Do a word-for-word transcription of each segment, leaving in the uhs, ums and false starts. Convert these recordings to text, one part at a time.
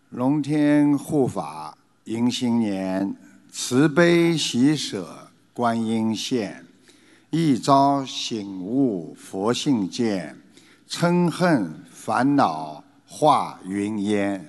龙天护法迎新年，慈悲喜舍观音现，一朝醒悟佛性见，嗔恨烦恼化云烟。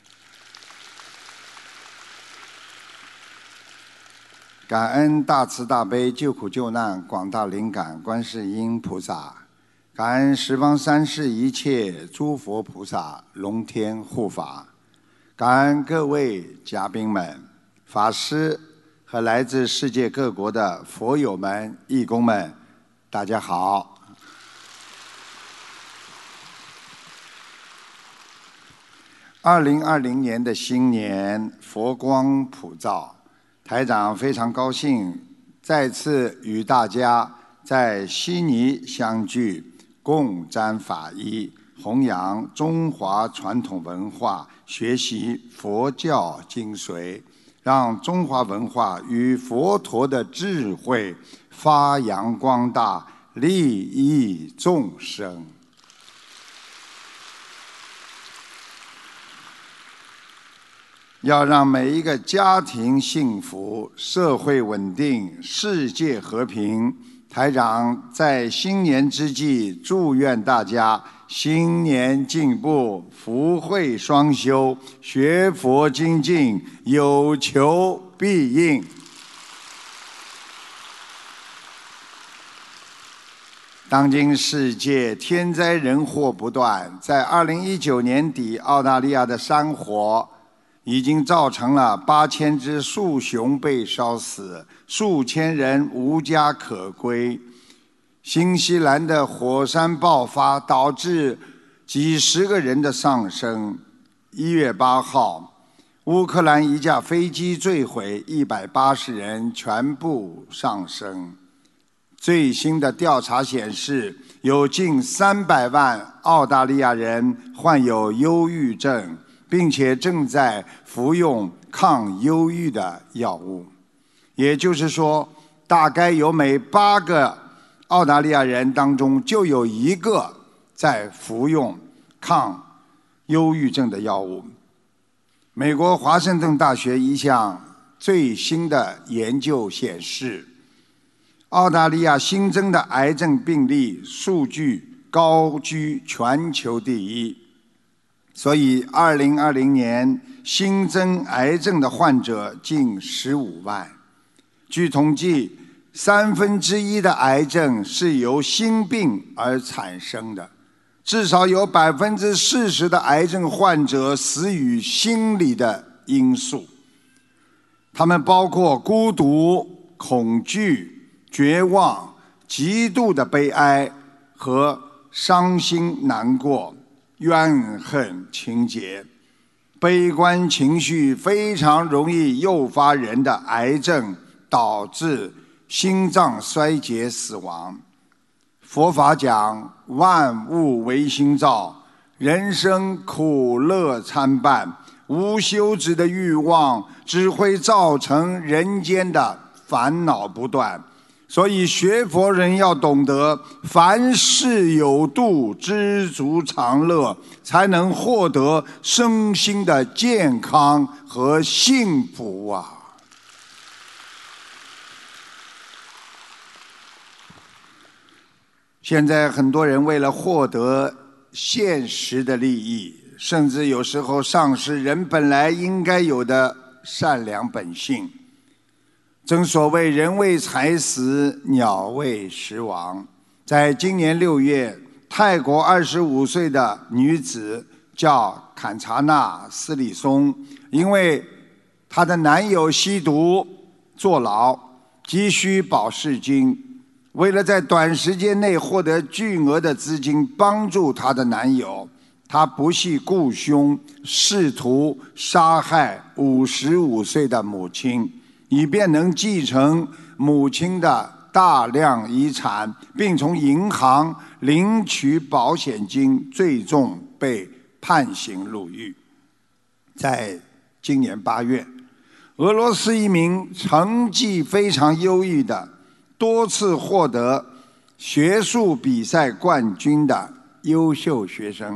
感恩大慈大悲救苦救难广大灵感观世音菩萨，感恩十方三世一切诸佛菩萨龙天护法，感恩各位嘉宾们、法师和来自世界各国的佛友们、义工们，大家好。二零二零年的新年，佛光普照。台长非常高兴，再次与大家在悉尼相聚，共沾法衣，弘扬中华传统文化，学习佛教精髓，让中华文化与佛陀的智慧发扬光大，利益众生。要让每一个家庭幸福、社会稳定、世界和平。台长在新年之际，祝愿大家新年进步，福慧双修，学佛精进，有求必应。当今世界天灾人祸不断，在二零一九年底，澳大利亚的山火已经造成了八千只树熊被烧死，数千人无家可归。新西兰的火山爆发导致几十个人的丧生。一月八号，乌克兰一架飞机坠毁，一百八十人全部丧生。最新的调查显示，有近三百万澳大利亚人患有忧郁症，并且正在服用抗忧郁的药物，也就是说，大概有每八个澳大利亚人当中就有一个在服用抗忧郁症的药物。美国华盛顿大学一项最新的研究显示，澳大利亚新增的癌症病例数据高居全球第一。所以二零二零年新增癌症的患者近十五万。据统计，三分之一的癌症是由心病而产生的，至少有百分之四十的癌症患者死于心理的因素。他们包括孤独、恐惧、绝望、极度的悲哀和伤心难过、怨恨情结。悲观情绪非常容易诱发人的癌症，导致心脏衰竭死亡。佛法讲万物唯心造，人生苦乐参半，无休止的欲望只会造成人间的烦恼不断。所以学佛人要懂得凡事有度，知足常乐，才能获得身心的健康和幸福啊！现在很多人为了获得现实的利益，甚至有时候丧失人本来应该有的善良本性。正所谓人为财死，鸟为食亡。在今年六月，泰国二十五岁的女子叫坎查纳斯里松，因为她的男友吸毒坐牢，急需保释金。为了在短时间内获得巨额的资金帮助她的男友，她不惜雇凶，试图杀害五十五岁的母亲，以便能继承母亲的大量遗产，并从银行领取保险金，最终被判刑入狱。在今年八月，俄罗斯一名成绩非常优异的、多次获得学术比赛冠军的优秀学生，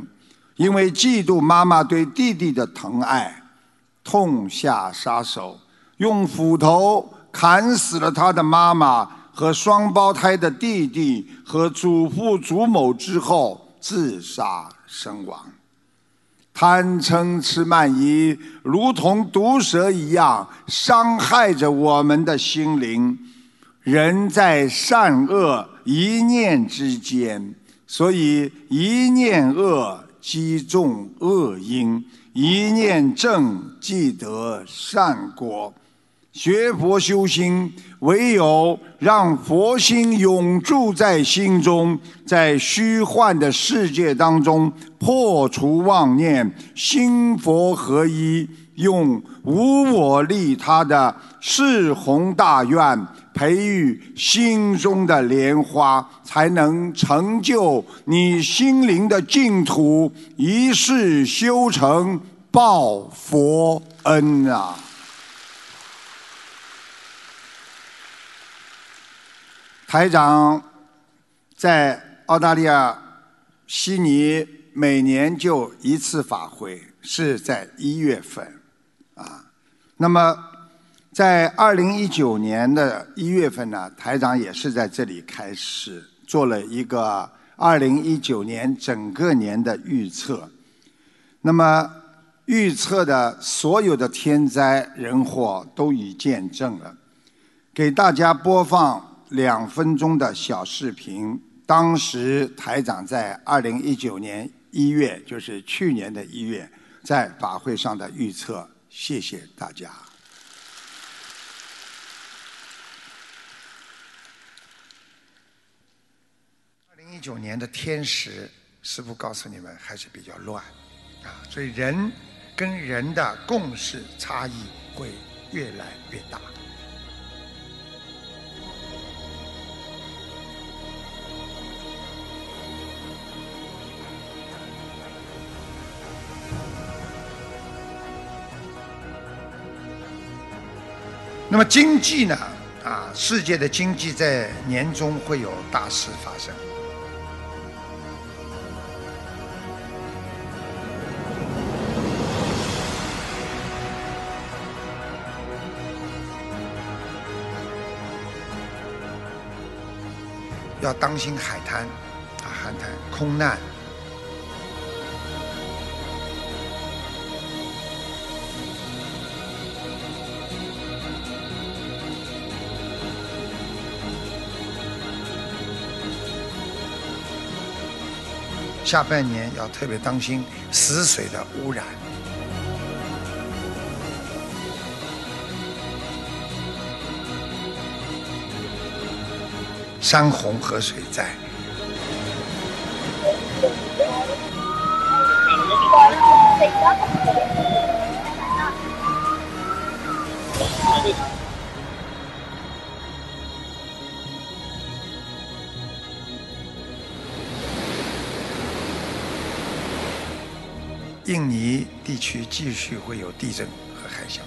因为嫉妒妈妈对弟弟的疼爱，痛下杀手，用斧头砍死了他的妈妈和双胞胎的弟弟和祖父祖母之后，自杀身亡。贪嗔痴慢疑如同毒蛇一样，伤害着我们的心灵。人在善恶一念之间，所以一念恶积种恶因，一念正即得善果。学佛修心，唯有让佛心永驻在心中，在虚幻的世界当中破除妄念，心佛合一，用无我利他的誓弘大愿，培育心中的莲花，才能成就你心灵的净土，一世修成报佛恩啊！台长在澳大利亚悉尼每年就一次法会，是在一月份啊。那么在二零一九年的一月份呢，台长也是在这里开始做了一个二零一九年整个年的预测。那么预测的所有的天灾人祸都已见证了，给大家播放两分钟的小视频，当时台长在二零一九年一月，就是去年的一月，在法会上的预测。谢谢大家。二零一九年的天时，师父告诉你们还是比较乱啊，所以人跟人的共识差异会越来越大。那么经济呢？啊，世界的经济在年中会有大事发生。要当心海滩，啊，海滩空难。下半年要特别当心死水的污染。山洪和水灾。印尼地区继续会有地震和海啸。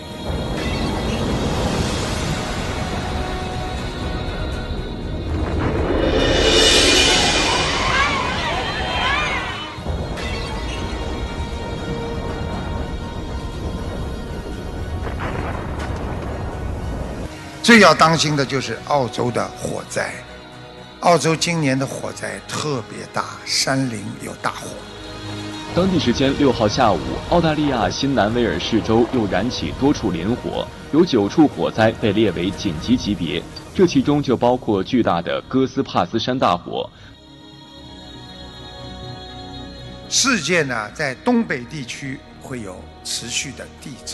最要当心的就是澳洲的火灾。澳洲今年的火灾特别大，山林有大火。 当地时间六号下午，澳大利亚新南威尔士州又燃起多处林火，有九处火灾被列为紧急级别，这其中就包括巨大的哥斯帕斯山大火。 世界呢，在东北地区会有持续的地震。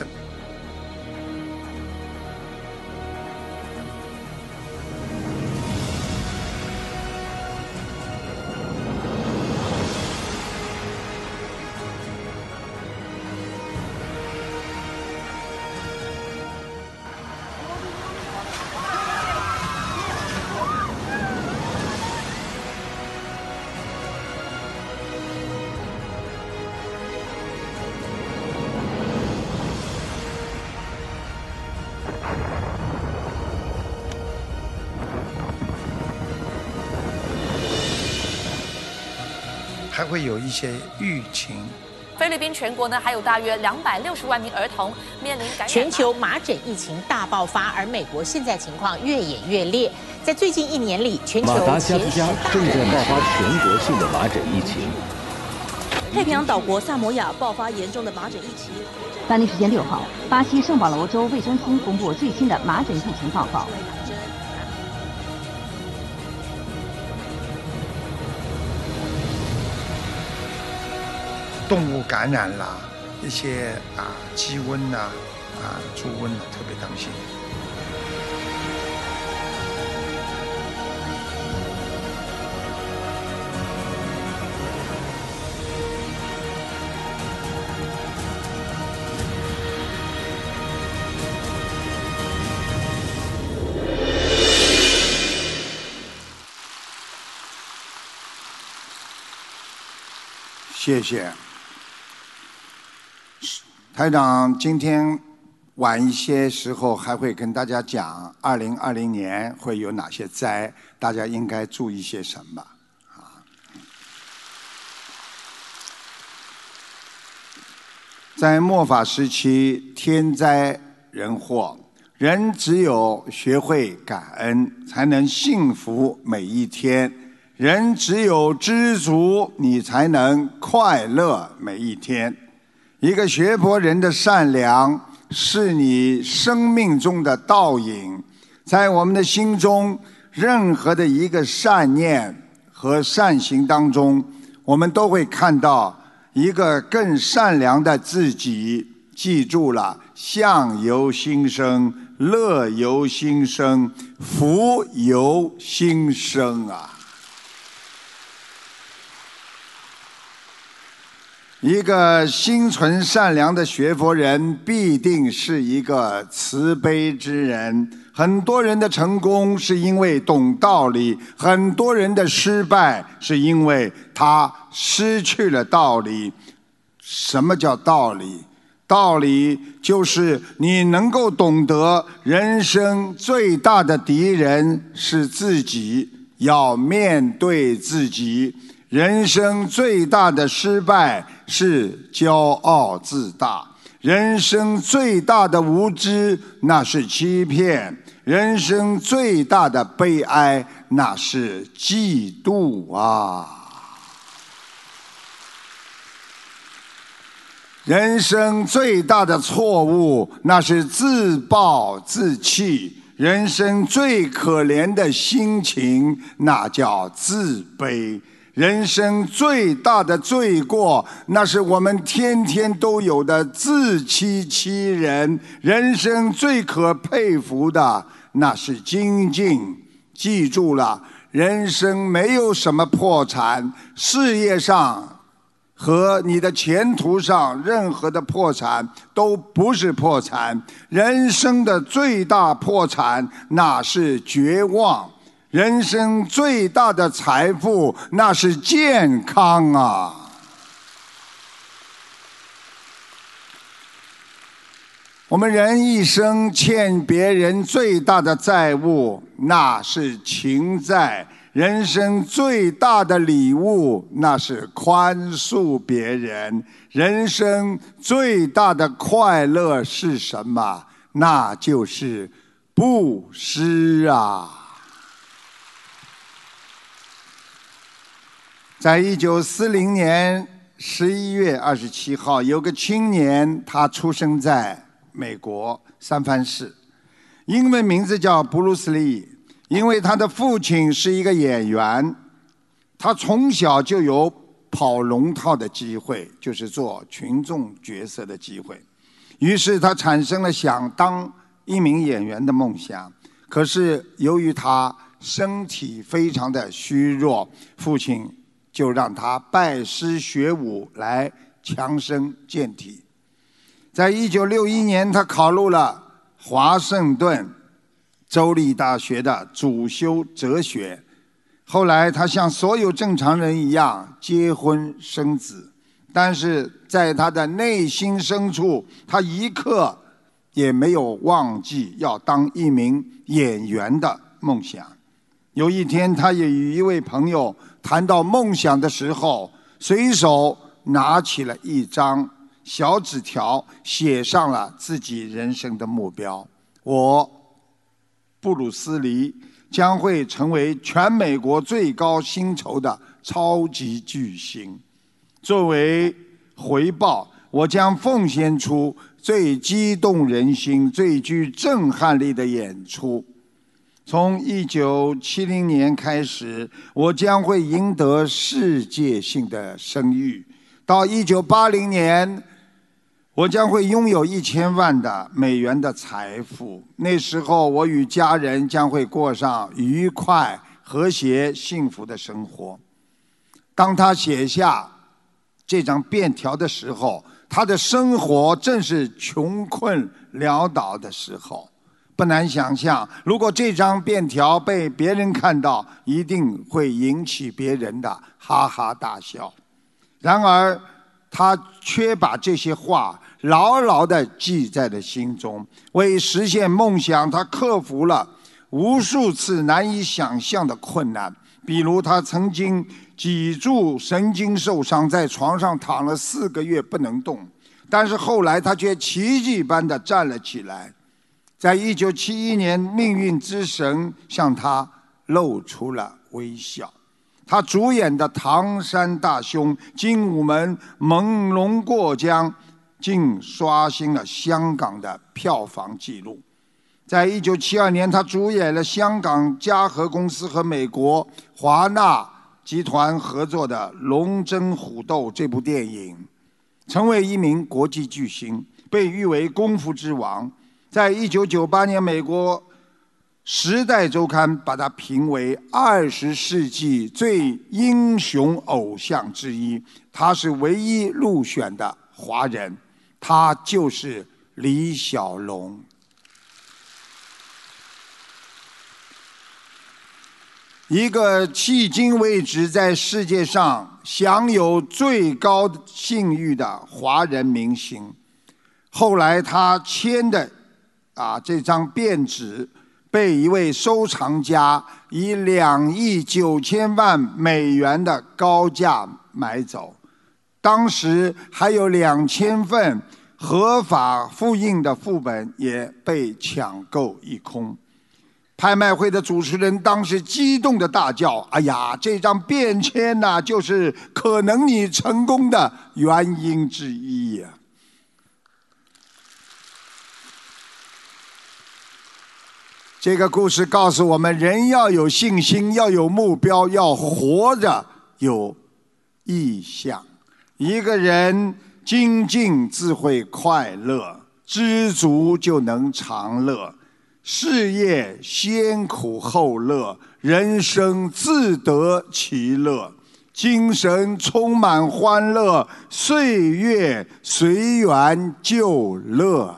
还会有一些疫情。 菲律宾全国呢还有大约两百六十万名儿童面临感染。 全球麻疹疫情大爆发，而美国现在情况越演越烈。在最近一年里，全球马达加斯加正在爆发全国性的麻疹疫情。 太平洋岛国萨摩亚爆发严重的麻疹疫情。 当地时间六号，巴西圣保罗州卫生厅公布最新的麻疹疫情报告。 动物感染啦，一些啊鸡瘟呐、啊猪瘟呐，特别当心。谢谢。台长今天晚一些时候还会跟大家讲二零二零年会有哪些灾，大家应该注意些什么啊？在末法时期，天灾人祸，人只有学会感恩，才能幸福每一天。人只有知足，你才能快乐每一天。一个学佛人的善良，是你生命中的倒影。在我们的心中，任何的一个善念和善行当中，我们都会看到一个更善良的自己。记住了，相由心生，乐由心生，福由心生啊！一个心存善良的学佛人，必定是一个慈悲之人。很多人的成功是因为懂道理，很多人的失败是因为他失去了道理。什么叫道理？道理就是你能够懂得人生最大的敌人是自己，要面对自己。人生最大的失败是骄傲自大，人生最大的无知那是欺骗，人生最大的悲哀那是嫉妒啊！人生最大的错误那是自暴自弃，人生最可怜的心情那叫自卑。人生最大的罪过，那是我们天天都有的自欺欺人。人生最可佩服的，那是精进。记住了，人生没有什么破产，事业上和你的前途上任何的破产都不是破产。人生的最大破产，那是绝望。人生最大的财富，那是健康啊！我们人一生欠别人最大的债务，那是情债；人生最大的礼物，那是宽恕别人；人生最大的快乐是什么？那就是布施啊！在一九四零年十一月二十七号，有个青年，他出生在美国三藩市，英文名字叫布鲁斯利。因为他的父亲是一个演员，他从小就有跑龙套的机会，就是做群众角色的机会。于是他产生了想当一名演员的梦想。可是由于他身体非常的虚弱，父亲就让他拜师学武来强身健体。在一九六一年，他考入了华盛顿州立大学的主修哲学。后来他像所有正常人一样结婚生子，但是在他的内心深处，他一刻也没有忘记要当一名演员的梦想。有一天，他也与一位朋友谈到梦想的时候， 随手拿起了一张小纸条，写上了自己人生的目标：我布鲁斯李将会成为全美国最高薪酬的超级巨星。作为回报，我将奉献出最激动人心、最具震撼力的演出。从一九七零年开始，我将会赢得世界性的声誉。到一九八零年，我将会拥有一千万的美元的财富。那时候，我与家人将会过上愉快、和谐、幸福的生活。当他写下这张便条的时候，他的生活正是穷困潦倒的时候。不难想象，如果这张便条被别人看到，一定会引起别人的哈哈大笑。然而，他却把这些话牢牢地记在了心中。为实现梦想，他克服了无数次难以想象的困难。比如，他曾经脊柱神经受伤，在床上躺了四个月不能动，但是后来他却奇迹般地站了起来。在一九七一年，命运之神向他露出了微笑。他主演的《唐山大兄》《精武门》《猛龙过江》竟刷新了香港的票房纪录。在一九七二年，他主演了香港嘉禾公司和美国华纳集团合作的《龙争虎斗》这部电影，成为一名国际巨星，被誉为功夫之王。在一九九八年，美国《时代周刊》把他评为二十世纪最英雄偶像之一。他是唯一入选的华人，他就是李小龙。一个迄今为止在世界上享有最高信誉的华人明星，后来他签的啊，这张便纸被一位收藏家以两亿九千万美元的高价买走，当时还有两千份合法复印的副本也被抢购一空。拍卖会的主持人当时激动的大叫：“哎呀，这张便签呐、啊，就是可能你成功的原因之一呀、啊！”这个故事告诉我们，人要有信心，要有目标，要活着有意向。一个人精进自会快乐，知足就能常乐。事业先苦后乐，人生自得其乐。精神充满欢乐，岁月随缘就乐。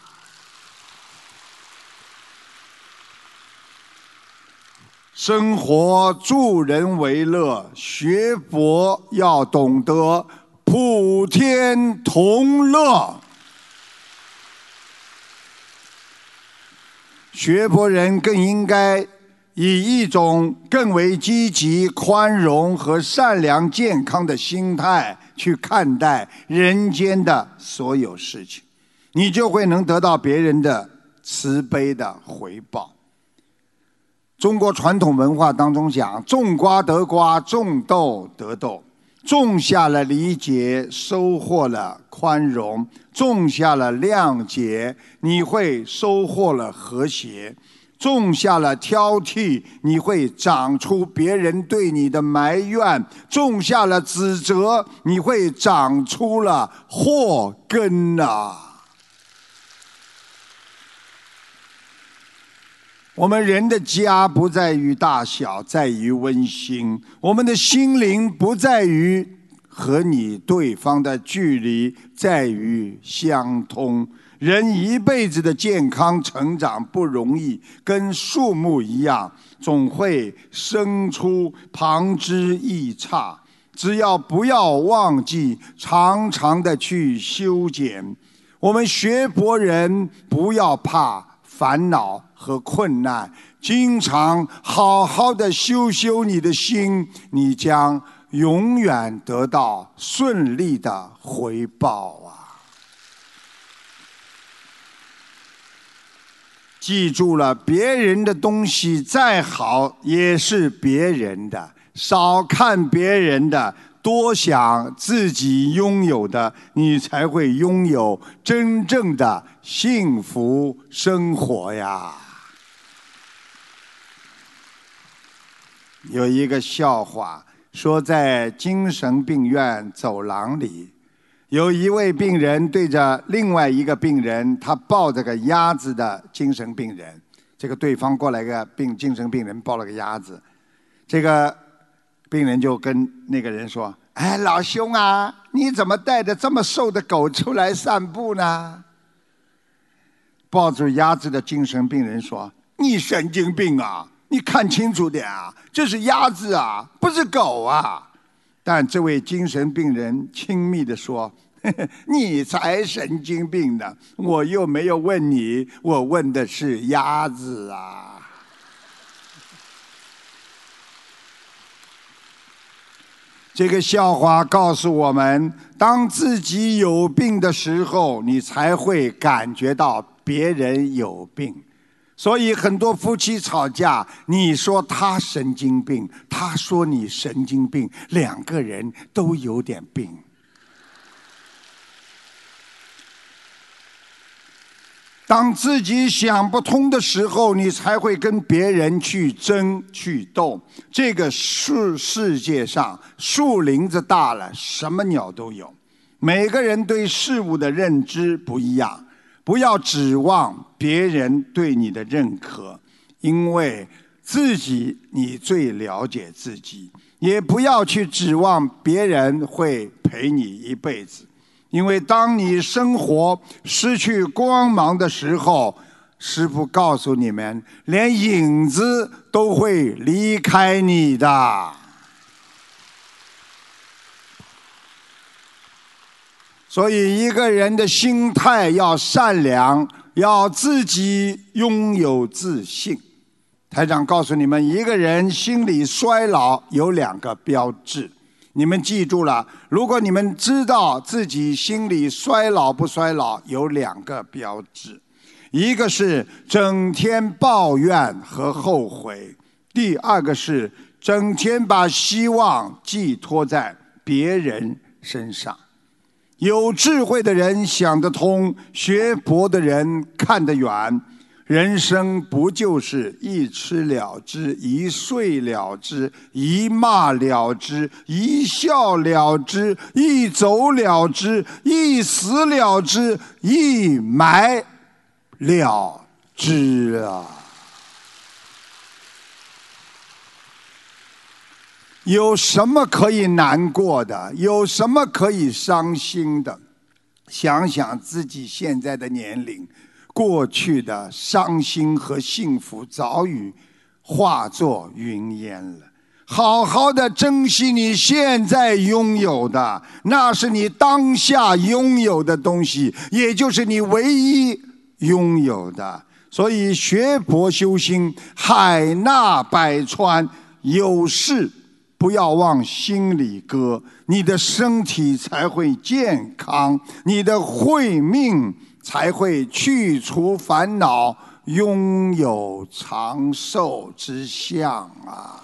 生活助人为乐，学佛要懂得普天同乐。学佛人更应该以一种更为积极、宽容和善良、健康的心态去看待人间的所有事情，你就会能得到别人的慈悲的回报。中国传统文化当中讲，种瓜得瓜，种豆得豆。种下了理解，收获了宽容；种下了谅解，你会收获了和谐；种下了挑剔，你会长出别人对你的埋怨；种下了指责，你会长出了祸根啊！我们人的家不在于大小，在于温馨；我们的心灵不在于和你对方的距离，在于相通。人一辈子的健康成长不容易，跟树木一样，总会生出旁枝异杈。只要不要忘记常常的去修剪。我们学佛人不要怕烦恼和困难，经常好好的修修你的心，你将永远得到顺利的回报啊！记住了，别人的东西再好也是别人的，少看别人的，多想自己拥有的，你才会拥有真正的幸福生活呀！有一个笑话，说在精神病院走廊里，有一位病人对着另外一个病人，他抱着个鸭子的精神病人，这个对方过来个病精神病人抱了个鸭子，这个病人就跟那个人说：“哎，老兄啊，你怎么带着这么瘦的狗出来散步呢？”抱住鸭子的精神病人说：“你神经病啊！你看清楚点啊，这是鸭子啊，不是狗啊！”但这位精神病人亲密地说：“呵呵，你才神经病呢！我又没有问你，我问的是鸭子啊！”这个笑话告诉我们，当自己有病的时候，你才会感觉到别人有病。所以很多夫妻吵架，你说他神经病，他说你神经病，两个人都有点病。当自己想不通的时候，你才会跟别人去争去斗。这个世世界上，树林子大了，什么鸟都有。每个人对事物的认知不一样。不要指望别人对你的认可，因为自己你最了解自己。也不要去指望别人会陪你一辈子，因为当你生活失去光芒的时候，师父告诉你们，连影子都会离开你的。所以一个人的心态要善良，要自己拥有自信。台长告诉你们，一个人心理衰老有两个标志，你们记住了，如果你们知道自己心理衰老不衰老，有两个标志，一个是整天抱怨和后悔，第二个是整天把希望寄托在别人身上。有智慧的人想得通，学佛的人看得远。人生不就是一吃了之，一睡了之，一骂了之，一笑了之，一走了之，一死了之，一埋了之啊！有什么可以难过的？有什么可以伤心的？想想自己现在的年龄，过去的伤心和幸福早已化作云烟了。好好的珍惜你现在拥有的，那是你当下拥有的东西，也就是你唯一拥有的。所以学佛修心，海纳百川，有事不要往心里搁，你的身体才会健康，你的慧命才会去除烦恼，拥有长寿之相啊！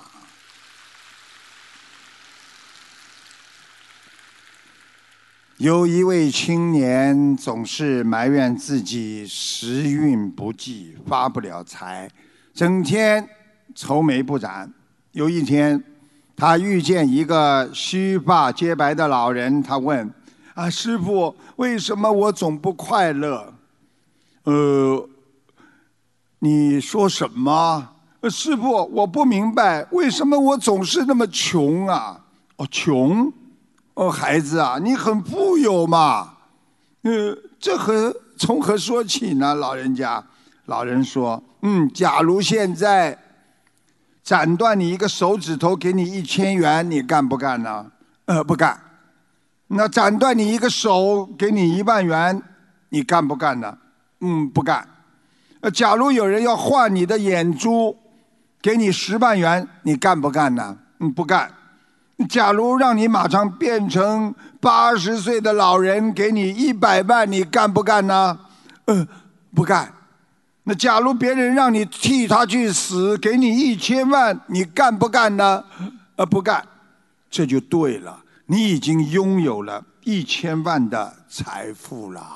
有一位青年总是埋怨自己时运不济，发不了财，整天愁眉不展。有一天，他遇见一个须发皆白的老人，他问：“啊，师父，为什么我总不快乐？”呃，你说什么？呃，师父，我不明白，为什么我总是那么穷啊？哦，穷？哦，孩子啊，你很富有嘛。呃，这何从何说起呢？老人家，老人说：“嗯，假如现在斩断你一个手指头，给你一千元，你干不干呢？”呃，不干。那斩断你一个手，给你一万元，你干不干呢？嗯，不干。呃，假如有人要换你的眼珠，给你十万元，你干不干呢？嗯，不干。 假如让你马上变成八十岁的老人，给你一百万，你干不干呢？呃，不干。那假如别人让你替他去死，给你一千万，你干不干呢？呃，不干。这就对了，你已经拥有了一千万的财富了。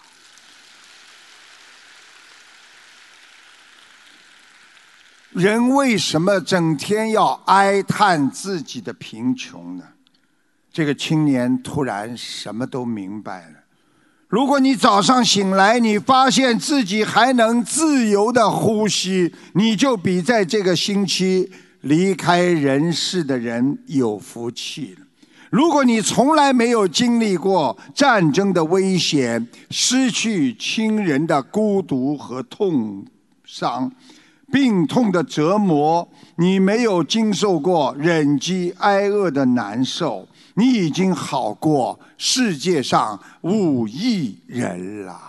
人为什么整天要哀叹自己的贫穷呢？这个青年突然什么都明白了。如果你早上醒来，你发现自己还能自由的呼吸，你就比在这个星期离开人世的人有福气了。如果你从来没有经历过战争的危险，失去亲人的孤独和痛伤，病痛的折磨，你没有经受过忍饥挨饿的难受，你已经好过世界上五亿人了。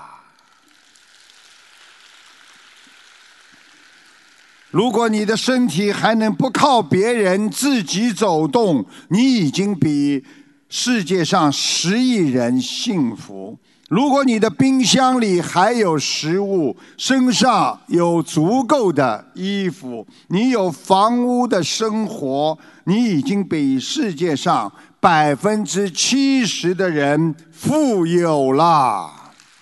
如果你的身体还能不靠别人自己走动，你已经比世界上十亿人幸福。如果你的冰箱里还有食物，身上有足够的衣服，你有房屋的生活，你已经比世界上百分之七十的人富有了。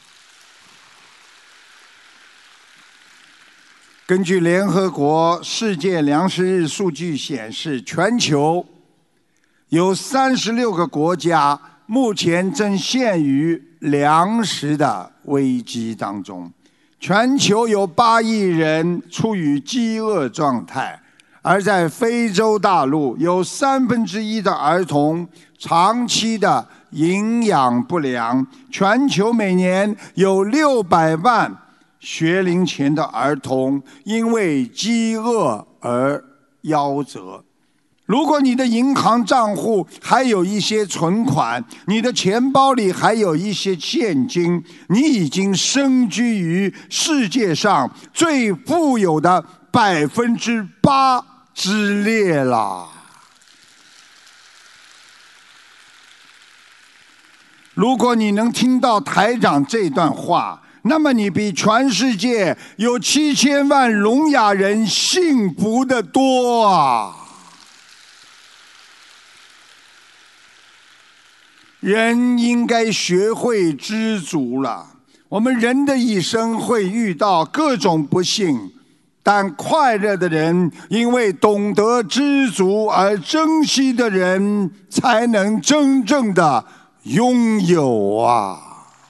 根据联合国世界粮食日数据显示，全球有三十六个国家目前正陷于粮食的危机当中，全球有八亿人处于饥饿状态，而在非洲大陆有三分之一的儿童长期的营养不良，全球每年有六百万学龄前的儿童因为饥饿而夭折。如果你的银行账户还有一些存款，你的钱包里还有一些现金，你已经身居于世界上最富有的百分之八之列了。如果你能听到台长这段话，那么你比全世界有七千万聋哑人幸福得多啊！人应该学会知足了。我们人的一生会遇到各种不幸，但快乐的人因为懂得知足而珍惜的人，才能真正的拥有啊！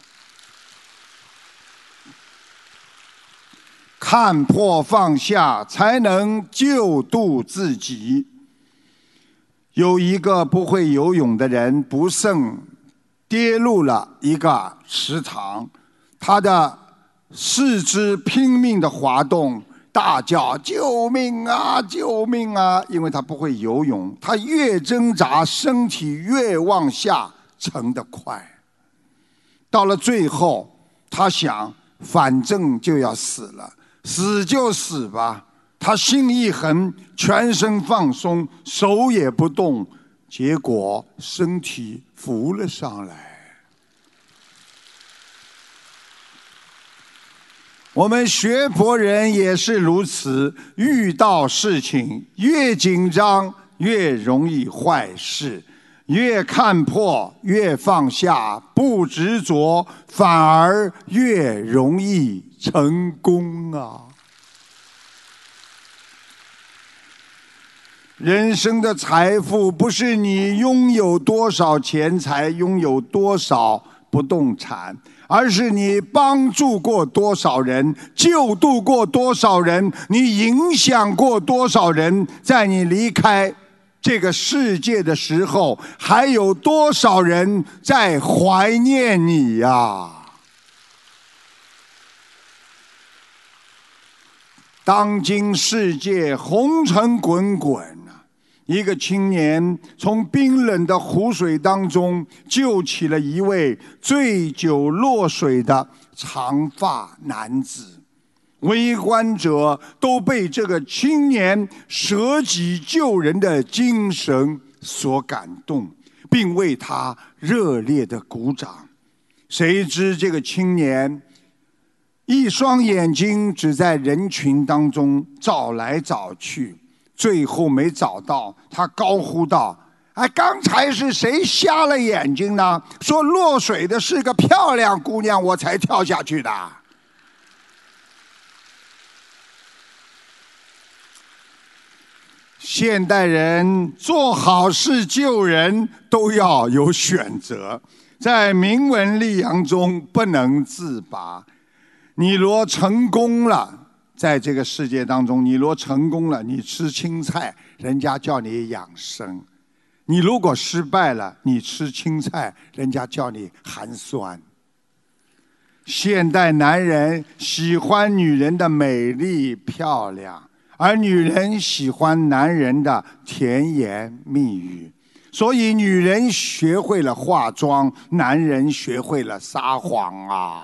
看破放下，才能救度自己。有一个不会游泳的人不慎跌入了一个池塘，他的四肢拼命地滑动，大叫救命啊救命啊！因为他不会游泳，他越挣扎身体越往下沉得快。到了最后，他想反正就要死了，死就死吧。他心一横，全身放松，手也不动，结果身体浮了上来。我们学佛人也是如此，遇到事情越紧张越容易坏事，越看破越放下，不执着反而越容易成功啊！人生的财富不是你拥有多少钱财，拥有多少不动产，而是你帮助过多少人，救度过多少人，你影响过多少人，在你离开这个世界的时候，还有多少人在怀念你呀？当今世界红尘滚滚，一个青年从冰冷的湖水当中救起了一位醉酒落水的长发男子，围观者都被这个青年舍己救人的精神所感动，并为他热烈的鼓掌。谁知这个青年一双眼睛只在人群当中找来找去，最后没找到，他高呼道：哎，刚才是谁瞎了眼睛呢？说落水的是个漂亮姑娘，我才跳下去的。现代人做好事救人都要有选择，在名闻利养中不能自拔。你若成功了，在这个世界当中，你若成功了，你吃青菜，人家叫你养生；你如果失败了，你吃青菜，人家叫你寒酸。现代男人喜欢女人的美丽漂亮，而女人喜欢男人的甜言蜜语，所以女人学会了化妆，男人学会了撒谎啊。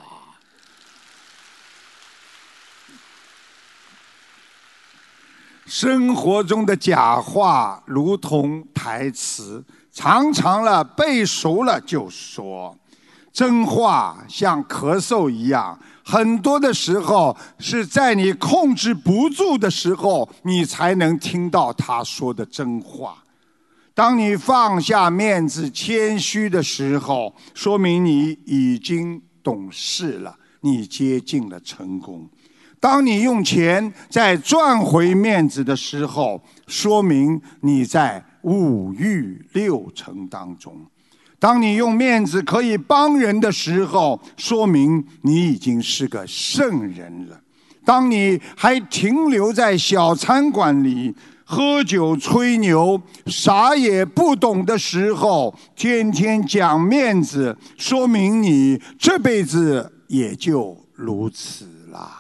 生活中的假话如同台词，常常了背熟了就说。真话像咳嗽一样，很多的时候是在你控制不住的时候，你才能听到他说的真话。当你放下面子谦虚的时候，说明你已经懂事了，你接近了成功。当你用钱再赚回面子的时候，说明你在五欲六尘当中。当你用面子可以帮人的时候，说明你已经是个圣人了。当你还停留在小餐馆里喝酒吹牛，啥也不懂的时候，天天讲面子，说明你这辈子也就如此啦。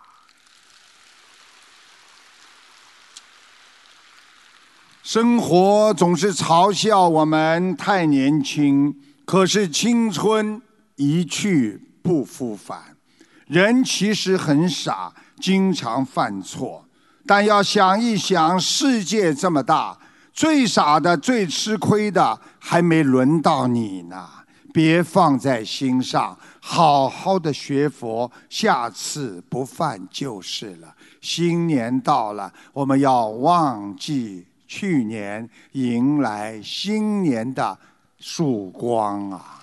生活总是嘲笑我们太年轻，可是青春一去不复返。人其实很傻，经常犯错，但要想一想，世界这么大，最傻的、最吃亏的还没轮到你呢。别放在心上，好好的学佛，下次不犯就是了。新年到了，我们要忘记去年，迎来新年的曙光啊！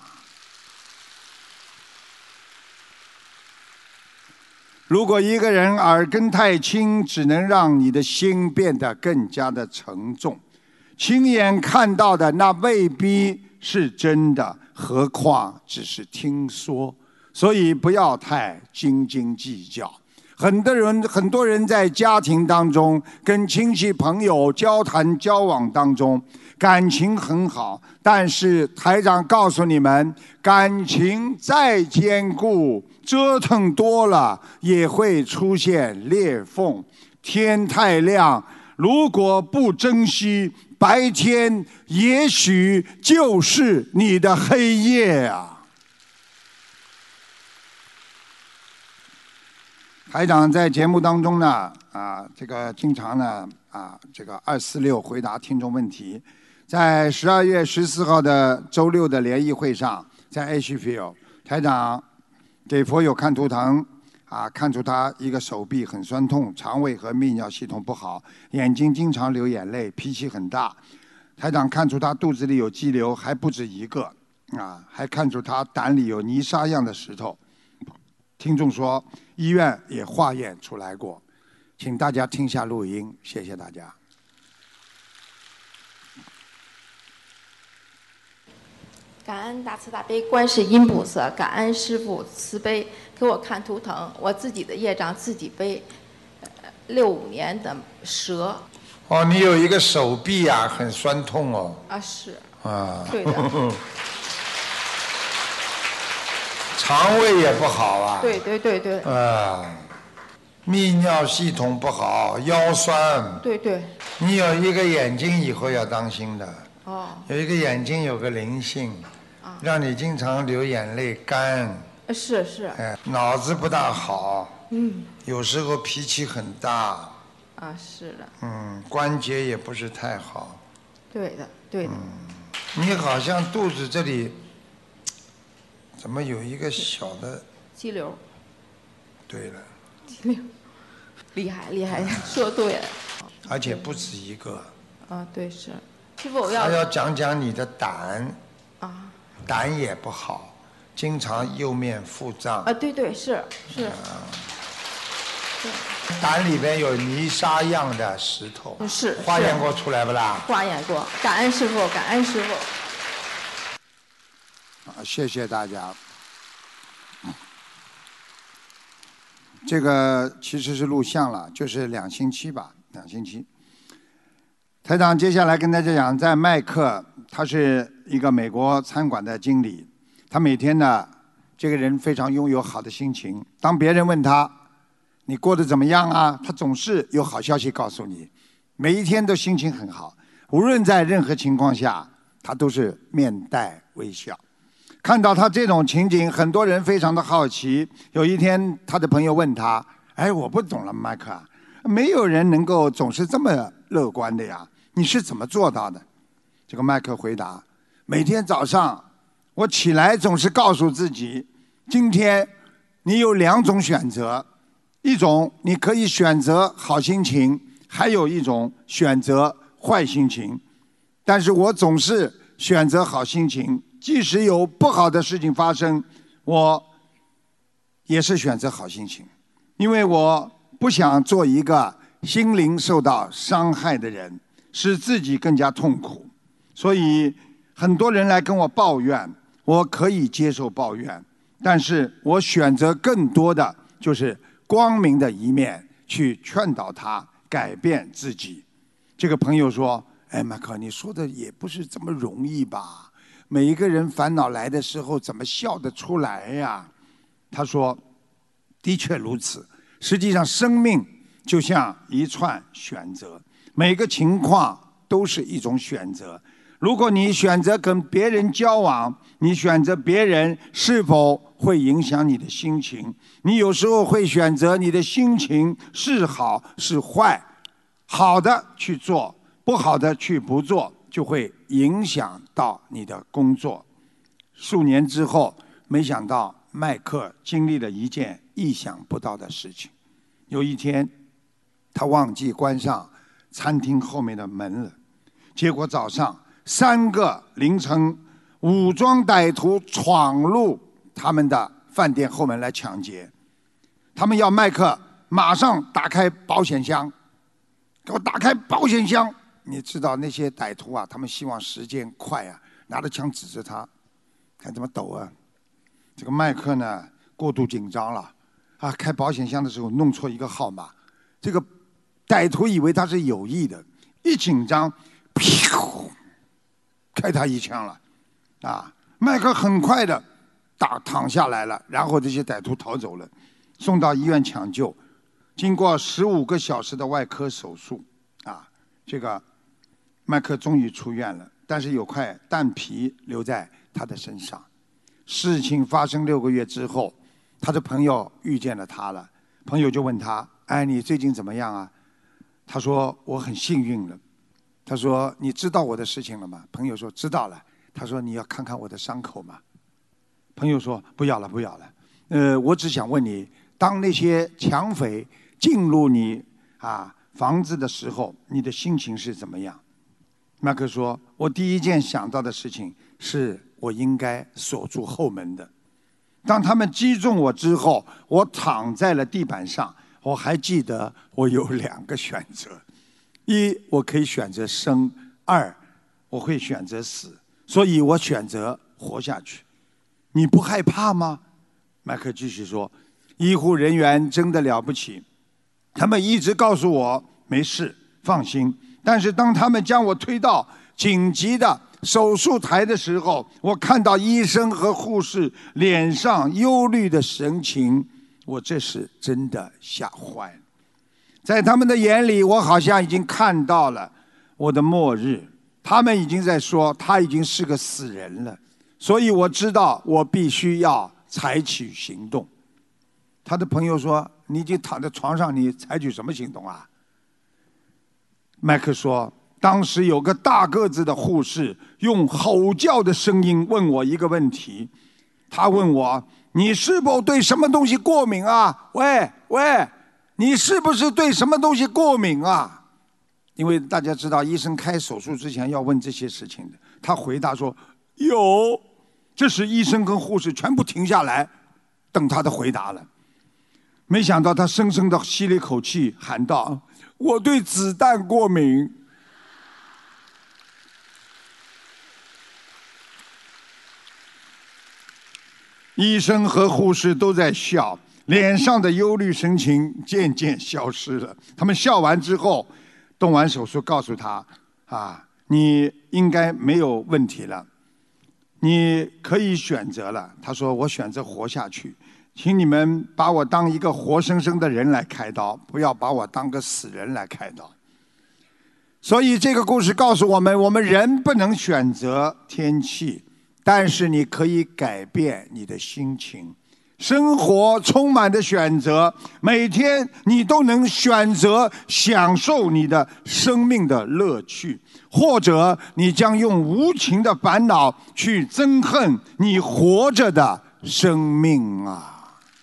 如果一个人耳根太轻，只能让你的心变得更加的沉重。亲眼看到的那未必是真的，何况只是听说。所以不要太斤斤计较。很多人，很多人在家庭当中，跟亲戚朋友交谈交往当中，感情很好，但是台长告诉你们，感情再坚固，折腾多了也会出现裂缝。天太亮，如果不珍惜，白天也许就是你的黑夜啊！台长在节目当中呢，啊，这个经常呢，啊，这个二四六回答听众问题。在十二月十四号的周六的联谊会上，在 H Field， 台长给佛友看图腾，啊，看出他一个手臂很酸痛，肠胃和泌尿系统不好，眼睛经常流眼泪，脾气很大。台长看出他肚子里有肌瘤，还不止一个，啊，还看出他胆里有泥沙样的石头。听众说，医院也化验出来过，请大家听下录音，谢谢大家。 感恩大慈大悲观世音菩萨，感恩师父慈悲给我看图腾，我自己的业障自己背。六五年的蛇。 哦，你有一个手臂啊，很酸痛哦。 啊，是。 啊。 对的。 肠胃也不好啊。 对对对对。 啊，泌尿系统不好，腰酸。 对对。 你有一个眼睛以后要当心的。 哦。 有一个眼睛有个灵性，啊、让你经常流眼泪干。 是是。 哎，脑子不大好。 嗯。 有时候脾气很大。 啊，是的。 嗯，关节也不是太好。 对的。 对的。 嗯，你好像肚子这里怎么有一个小的肌瘤？ 对了， 肌瘤，厉害厉害，说对了。 而且不止一个。 啊，对是。师傅，我要。 还要讲讲你的胆。 啊。 胆也不好，经常右面腹胀。 啊，对对是是。啊胆里边有泥沙样的石头， 是化验过出来不啦？ 化验过，感恩师傅，感恩师傅。 啊，谢谢大家。这个其实是录像了，就是两星期吧，两星期。台长接下来跟大家讲，在麦克，他是一个美国餐馆的经理，他每天呢，这个人非常拥有好的心情。当别人问他，你过得怎么样啊？他总是有好消息告诉你，每一天都心情很好，无论在任何情况下，他都是面带微笑。看到他这种情景，很多人非常的好奇。有一天，他的朋友问他：“哎，我不懂了，麦克，没有人能够总是这么乐观的呀，你是怎么做到的？”这个麦克回答：“每天早上我起来总是告诉自己，今天你有两种选择。”一种你可以选择好心情，还有一种选择坏心情。但是我总是选择好心情，即使有不好的事情发生，我也是选择好心情，因为我不想做一个心灵受到伤害的人，使自己更加痛苦。所以很多人来跟我抱怨，我可以接受抱怨，但是我选择更多的就是光明的一面，去劝导他改变自己。这个朋友说：“哎，马克，你说的也不是这么容易吧？每一个人烦恼来的时候，怎么笑得出来呀？”他说：“的确如此。实际上，生命就像一串选择，每个情况都是一种选择。如果你选择跟别人交往，你选择别人是否会影响你的心情？你有时候会选择你的心情是好是坏，好的去做，不好的去不做，就会影响到你的工作。数年之后，没想到麦克经历了一件意想不到的事情。有一天，他忘记关上餐厅后面的门了，结果早上三个凌晨武装歹徒闯入他们的饭店后门来抢劫。他们要麦克马上打开保险箱，给我打开保险箱。你知道那些歹徒啊，他们希望时间快啊，拿着枪指着他，看怎么抖啊。这个麦克呢，过度紧张了啊，开保险箱的时候弄错一个号码，这个歹徒以为他是有意的，一紧张，噗，开他一枪了，啊，麦克很快的打躺下来了，然后这些歹徒逃走了，送到医院抢救，经过十五个小时的外科手术，啊，这个麦克终于出院了，但是有块蛋皮留在他的身上。事情发生六个月之后，他的朋友遇见了他了，朋友就问他：“哎，你最近怎么样啊？”他说：“我很幸运了。”他说：“你知道我的事情了吗？”朋友说：“知道了。”他说：“你要看看我的伤口吗？”朋友说：“不要了，不要了。呃，我只想问你，当那些抢匪进入你啊房子的时候，你的心情是怎么样？”麦克说：“我第一件想到的事情是我应该锁住后门的。当他们击中我之后，我躺在了地板上，我还记得我有两个选择：一，我可以选择生；二，我会选择死。所以我选择活下去。你不害怕吗？”麦克继续说：“医护人员真的了不起，他们一直告诉我没事，放心。但是当他们将我推到紧急的手术台的时候，我看到医生和护士脸上忧虑的神情，我这是真的吓坏了。在他们的眼里，我好像已经看到了我的末日。他们已经在说他已经是个死人了，所以我知道我必须要采取行动。”他的朋友说：“你已经躺在床上，你采取什么行动啊？”麦克说：“ 当时有个大个子的护士用吼叫的声音问我一个问题，他问我：你是否对什么东西过敏啊？喂喂，你是不是对什么东西过敏啊？因为大家知道医生开手术之前要问这些事情的。他回答说有。这时医生跟护士全部停下来等他的回答了。没想到他深深地吸了一口气，喊道：我对子弹过敏。医生和护士都在笑，脸上的忧虑神情渐渐消失了。他们笑完之后，动完手术告诉他：啊，你应该没有问题了，你可以选择了。他说：我选择活下去，请你们把我当一个活生生的人来开刀，不要把我当个死人来开刀。所以这个故事告诉我们，我们人不能选择天气，但是你可以改变你的心情。生活充满着选择，每天你都能选择享受你的生命的乐趣，或者你将用无情的烦恼去憎恨你活着的生命啊！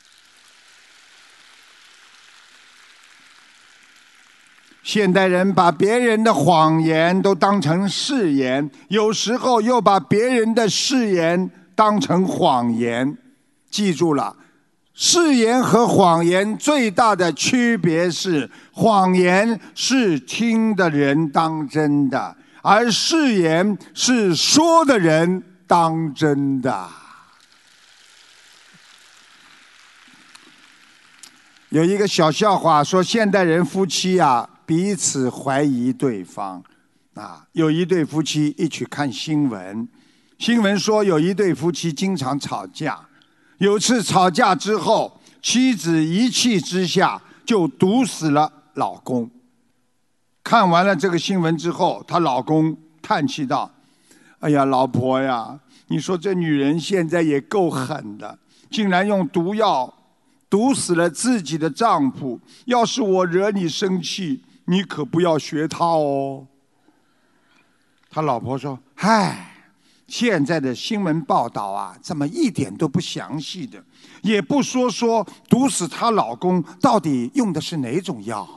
现代人把别人的谎言都当成誓言，有时候又把别人的誓言当成谎言。记住了，誓言和谎言最大的区别是，谎言是听的人当真的，而誓言是说的人当真的。有一个小笑话说，现代人夫妻啊彼此怀疑对方。啊，有一对夫妻一起看新闻，新闻说有一对夫妻经常吵架，有次吵架之后，妻子一气之下就毒死了老公。看完了这个新闻之后，她老公叹气道：哎呀，老婆呀，你说这女人现在也够狠的，竟然用毒药毒死了自己的丈夫，要是我惹你生气，你可不要学她哦。他老婆说：嗨，现在的新闻报道啊，怎么一点都不详细的，也不说说毒死她老公到底用的是哪种药。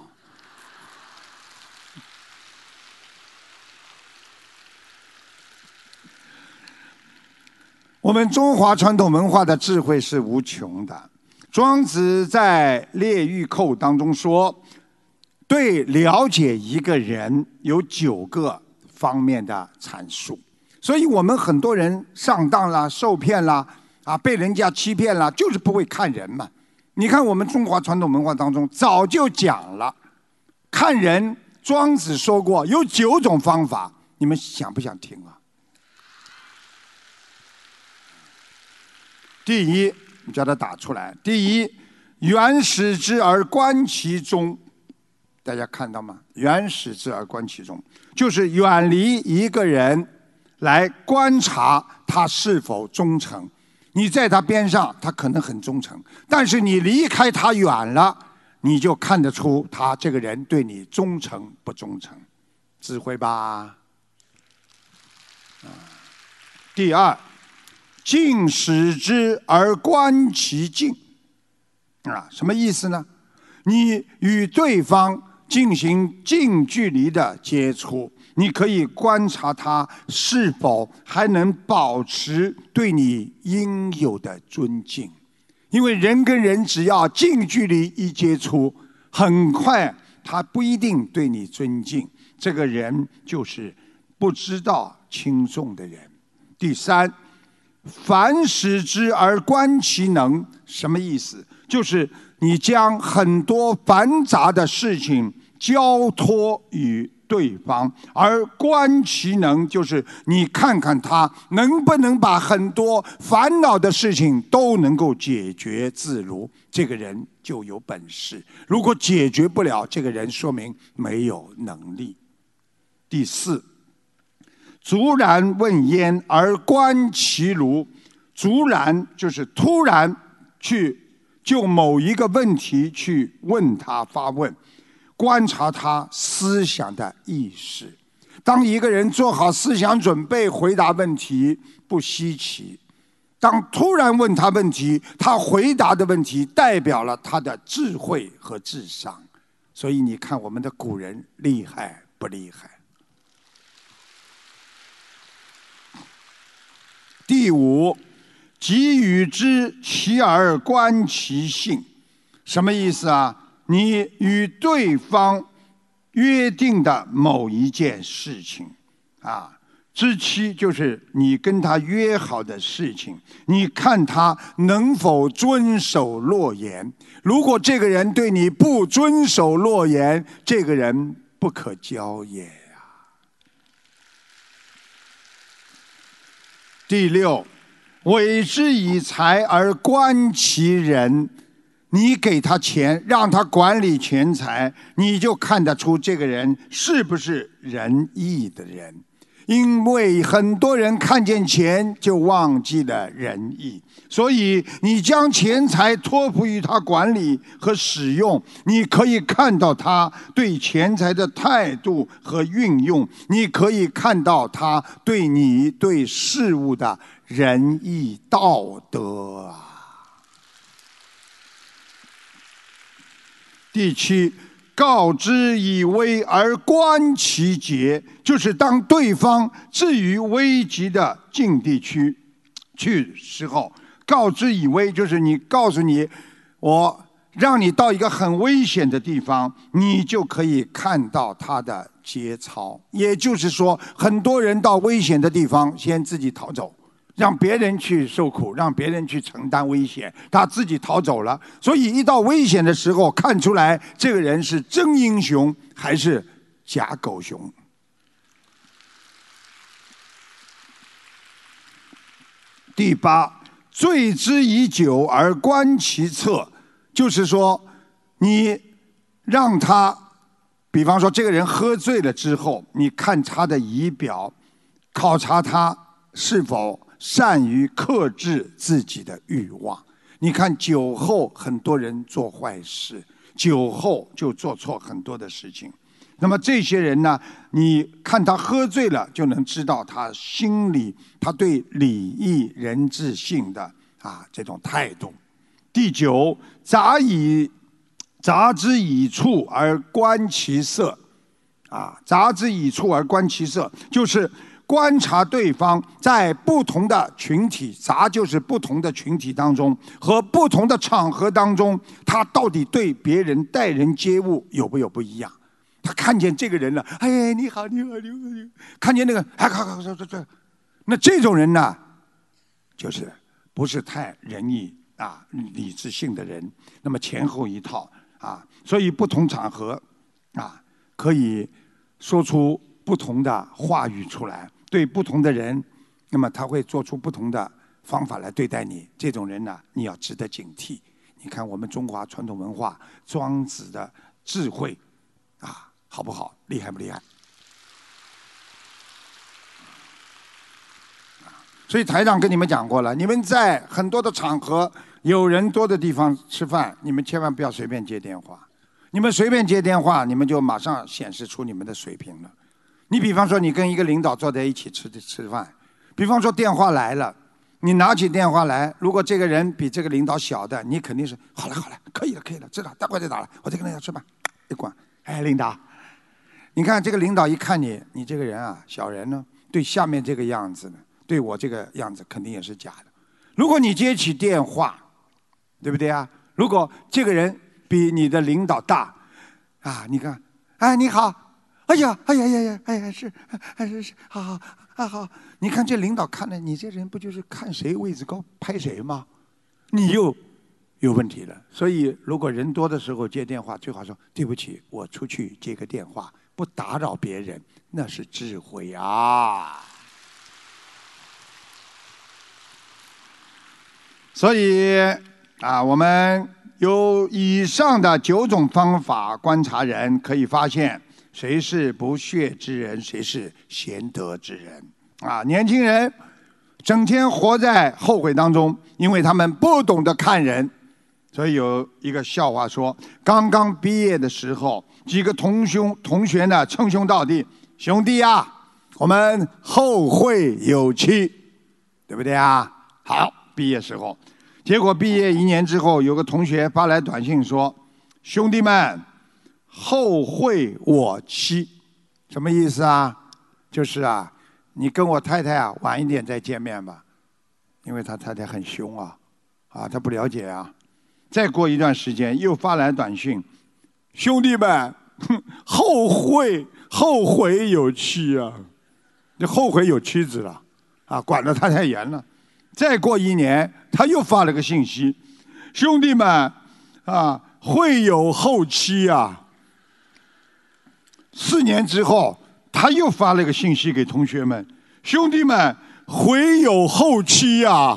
我们中华传统文化的智慧是无穷的。庄子在《列御寇》当中说，对了解一个人有九个方面的阐述。所以我们很多人上当啦、受骗啦、啊被人家欺骗啦，就是不会看人嘛。你看我们中华传统文化当中早就讲了，看人，庄子说过有九种方法，你们想不想听啊？第一，你叫他打出来。第一，远使之而观其中。大家看到吗？远使之而观其中，就是远离一个人来观察他是否忠诚。你在他边上，他可能很忠诚，但是你离开他远了，你就看得出他这个人对你忠诚不忠诚。智慧吧？第二，近使之而观其境。啊，什么意思呢？你与对方进行近距离的接触，你可以观察他是否还能保持对你应有的尊敬。因为人跟人只要近距离一接触，很快他不一定对你尊敬，这个人就是不知道轻重的人。第三，凡使之而观其能，什么意思？就是你将很多繁杂的事情交托于对方，而观其能，就是你看看他能不能把很多烦恼的事情都能够解决自如，这个人就有本事。如果解决不了，这个人说明没有能力。第四，卒然问焉而观其庐。卒然就是突然去就某一个问题去问他发问，观察他思想的意识。 当一个人做好思想准备回答问题，不稀奇。当突然问他问题，他回答的问题代表了他的智慧和智商。所以你看我们的古人厉害不厉害？第五，给予之其而观其性。什么意思啊？你与对方约定的某一件事情啊，知期就是你跟他约好的事情，你看他能否遵守诺言。如果这个人对你不遵守诺言，这个人不可交也呀。第六，委之以财而观其人。你给他钱，让他管理钱财，你就看得出这个人是不是仁义的人。因为很多人看见钱就忘记了仁义，所以你将钱财托付于他管理和使用，你可以看到他对钱财的态度和运用，你可以看到他对你对事物的仁义道德啊。第七，告之以危而观其节，就是当对方置于危急的境地区去时候，告之以危，就是你告诉你，我让你到一个很危险的地方，你就可以看到他的节操。也就是说，很多人到危险的地方，先自己逃走。让别人去受苦，让别人去承担危险，他自己逃走了。所以一到危险的时候，看出来这个人是真英雄还是假狗熊。第八，醉之以酒而观其策，就是说你让他，比方说这个人喝醉了之后，你看他的仪表，考察他是否善于克制自己的欲望。你看酒后很多人做坏事，酒后就做错很多的事情。那么这些人呢，你看他喝醉了，就能知道他心里他对礼义仁智信的啊这种态度。第九，杂以杂之以处而观其色，啊，杂之以处而观其色，就是观察对方在不同的群体，杂就是不同的群体当中和不同的场合当中，他到底对别人待人接物有没有不一样？他看见这个人了，哎，你好，你好，你好，你好。看见那个，哎，靠靠靠，这这，那这种人呢，就是不是太仁义啊、理智性的人。那么前后一套啊，所以不同场合啊，可以说出不同的话语出来。对不同的人，那么他会做出不同的方法来对待你。这种人呢，你要值得警惕。你看我们中华传统文化，庄子的智慧，啊，好不好？厉害不厉害？所以台长跟你们讲过了，你们在很多的场合，有人多的地方吃饭，你们千万不要随便接电话。你们随便接电话，你们就马上显示出你们的水平了。你比方说，你跟一个领导坐在一起吃吃饭，比方说电话来了，你拿起电话来，如果这个人比这个领导小的，你肯定是好了好了，可以了可以了，知道，待会儿再打了，我再跟领导吃饭。一关，哎，领导，你看这个领导一看你，你这个人啊，小人呢，对下面这个样子呢，对我这个样子肯定也是假的。如果你接起电话，对不对啊？如果这个人比你的领导大，啊，你看，哎，你好。哎呀，哎呀呀呀，哎呀，是，哎是是，好好啊好。你看这领导看了你这人，不就是看谁位置高拍谁吗？你又有问题了。所以如果人多的时候接电话，最好说对不起，我出去接个电话，不打扰别人，那是智慧啊。所以啊，我们有以上的九种方法观察人，可以发现谁是不屑之人，谁是贤德之人啊！年轻人整天活在后悔当中，因为他们不懂得看人。所以有一个笑话说，刚刚毕业的时候，几个同兄同学呢称兄道弟， 兄弟啊，我们后会有期，对不对啊？好，毕业时候，结果毕业一年之后，有个同学发来短信说：“兄弟们，后会我期。”什么意思啊？就是啊，你跟我太太啊晚一点再见面吧，因为他太太很凶啊，啊，他不了解啊。再过一段时间又发来短信：“兄弟们，后会后悔有期啊！”这后悔有妻子了，啊，管得他太严了。再过一年，他又发了个信息：“兄弟们，啊，会有后期啊！”四年之后，他又发了个信息给同学们：“兄弟们，会有后期啊！”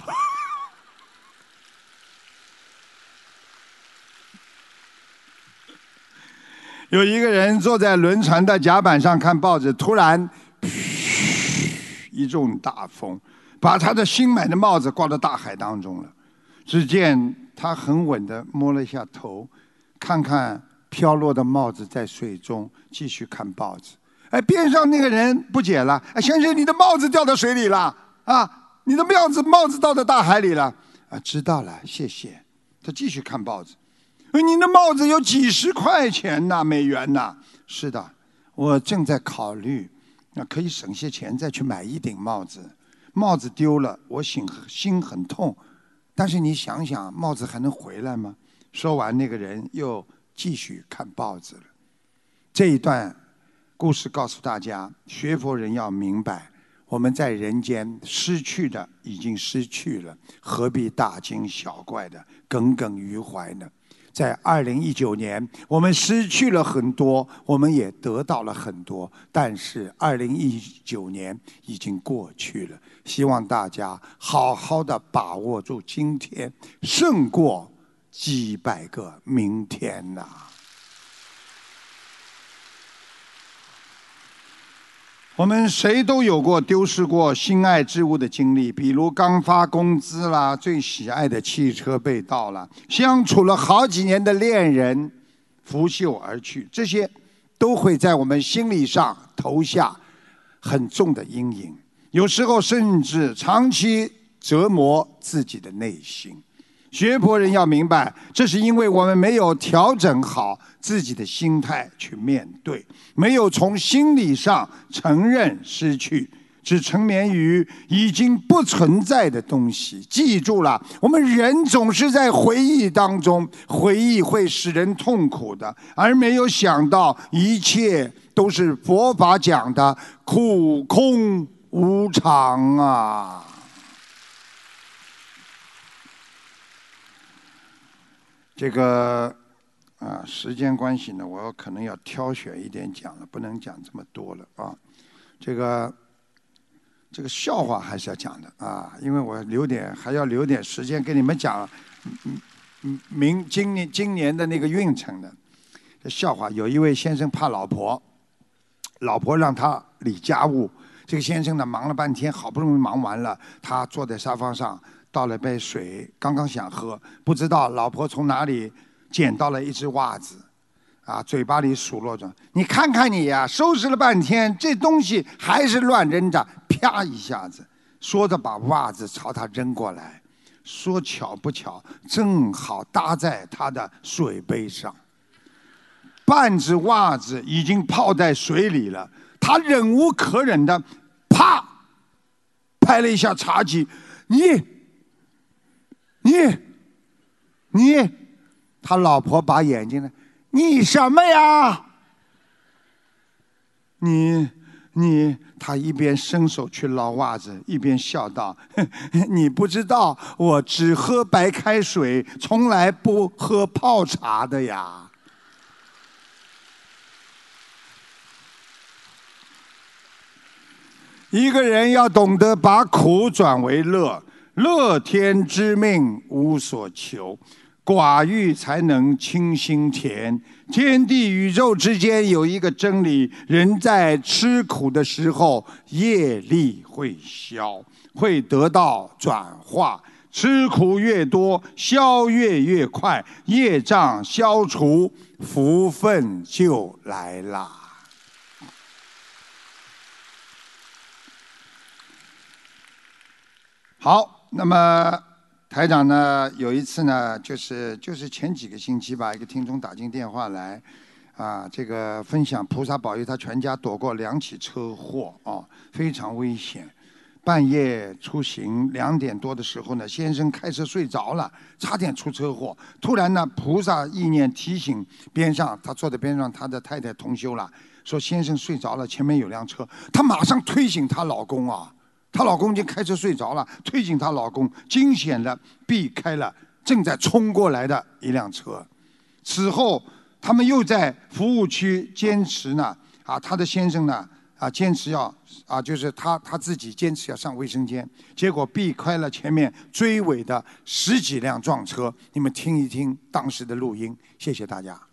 有一个人坐在轮船的甲板上看报纸，突然，一阵大风，把他的新买的帽子刮到大海当中了。只见他很稳地摸了一下头，看看飘落的帽子在水中，继续看报纸。哎，边上那个人不解了：“哎，先生，你的帽子掉到水里了啊！你的帽子帽子倒到大海里了啊！”知道了，谢谢。他继续看报纸。您的帽子有几十块钱呐，美元呐。是的，我正在考虑，那可以省些钱再去买一顶帽子。帽子丢了，我心心很痛，但是你想想，帽子还能回来吗？说完，那个人又继续看报纸了。这一段故事告诉大家，学佛人要明白，我们在人间失去的已经失去了，何必大惊小怪的耿耿于怀呢？在二零一九年，我们失去了很多，我们也得到了很多，但是二零一九年已经过去了。希望大家好好的把握住今天，胜过几百个明天呐。我们谁都有过丢失过心爱之物的经历，比如刚发工资啦，最喜爱的汽车被盗了，相处了好几年的恋人拂袖而去，这些都会在我们心理上投下很重的阴影，有时候甚至长期折磨自己的内心。学佛人要明白，这是因为我们没有调整好自己的心态去面对，没有从心理上承认失去，只沉湎于已经不存在的东西。记住了，我们人总是在回忆当中，回忆会使人痛苦的，而没有想到一切都是佛法讲的苦空无常啊。这个啊，时间关系呢，我可能要挑选一点讲了，不能讲这么多了啊。这个这个笑话还是要讲的啊，因为我留点还要留点时间给你们讲明今年今年的那个运程的。这笑话，有一位先生怕老婆，老婆让他理家务，这个先生呢忙了半天，好不容易忙完了，他坐在沙发上。倒了杯水，刚刚想喝，不知道老婆从哪里捡到了一只袜子，啊，嘴巴里数落着：“你看看你呀，收拾了半天，这东西还是乱扔着。”啪一下子，说着把袜子朝他扔过来，说巧不巧，正好搭在他的水杯上，半只袜子已经泡在水里了。他忍无可忍的，啪，拍了一下茶几，你。你，你，他老婆把眼睛呢，你什么呀？你，你，他一边伸手去捞袜子，一边笑道：“你不知道，我只喝白开水，从来不喝泡茶的呀。”一个人要懂得把苦转为乐。乐天知命无所求，寡欲才能清心田。天地宇宙之间有一个真理，人在吃苦的时候，业力会消，会得到转化。吃苦越多，消越越快，业障消除，福分就来啦。 好，那么台长呢，有一次呢，就是就是前几个星期吧，一个听众打进电话来，啊，这个分享菩萨保佑他全家躲过两起车祸哦，非常危险。半夜出行两点多的时候呢，先生开车睡着了，差点出车祸。突然呢，菩萨意念提醒边上，他坐在边上，他的太太同修了，说先生睡着了，前面有辆车，她马上推醒她老公啊。她老公已经开车睡着了，推醒她老公，惊险地避开了正在冲过来的一辆车。此后，他们又在服务区坚持呢，啊，她的先生呢，啊，坚持要啊，就是他他自己坚持要上卫生间，结果避开了前面追尾的十几辆撞车。你们听一听当时的录音，谢谢大家。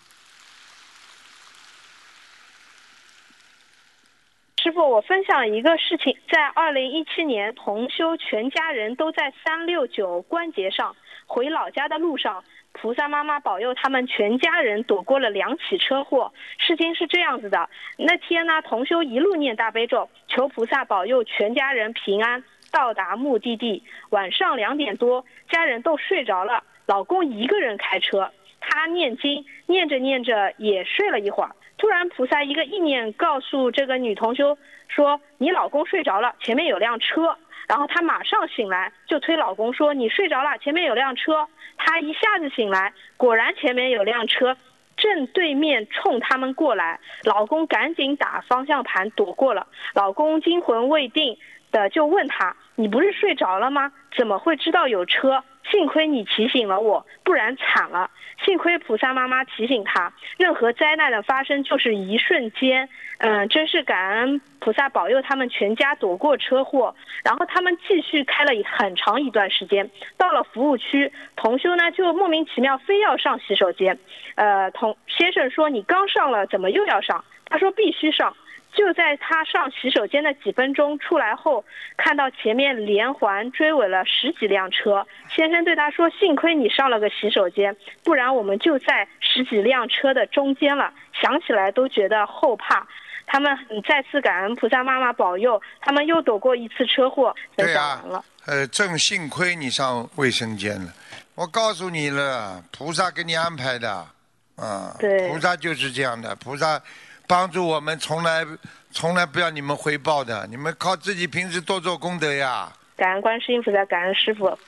师傅，我分享一个事情，在二零一七年，同修全家人都在三六九关节上回老家的路上，菩萨妈妈保佑他们全家人躲过了两起车祸。事情是这样子的，那天呢，同修一路念大悲咒，求菩萨保佑全家人平安到达目的地。晚上两点多，家人都睡着了，老公一个人开车，他念经，念着念着也睡了一会儿。突然菩萨一个意念告诉这个女同修说，你老公睡着了，前面有辆车。然后她马上醒来，就推老公说，你睡着了，前面有辆车。她一下子醒来，果然前面有辆车正对面冲他们过来，老公赶紧打方向盘躲过了。老公惊魂未定的就问她，你不是睡着了吗？怎么会知道有车？幸亏你提醒了我，不然惨了。幸亏菩萨妈妈提醒他，任何灾难的发生就是一瞬间。嗯，真是感恩菩萨保佑他们全家躲过车祸。然后他们继续开了很长一段时间，到了服务区，同修呢就莫名其妙非要上洗手间。呃，同先生说你刚上了，怎么又要上？他说必须上。就在他上洗手间的几分钟出来后，看到前面连环追尾了十几辆车。先生对他说，幸亏你上了个洗手间，不然我们就在十几辆车的中间了。想起来都觉得后怕。他们再次感恩菩萨妈妈保佑，他们又躲过一次车祸。 对啊，呃，正幸亏你上卫生间了。我告诉你了，菩萨给你安排的啊， 对， 菩萨就是这样的，菩萨帮助我们，从来从来不要你们回报的，你们靠自己平时多做功德呀。 感恩观世音菩萨，感恩师父。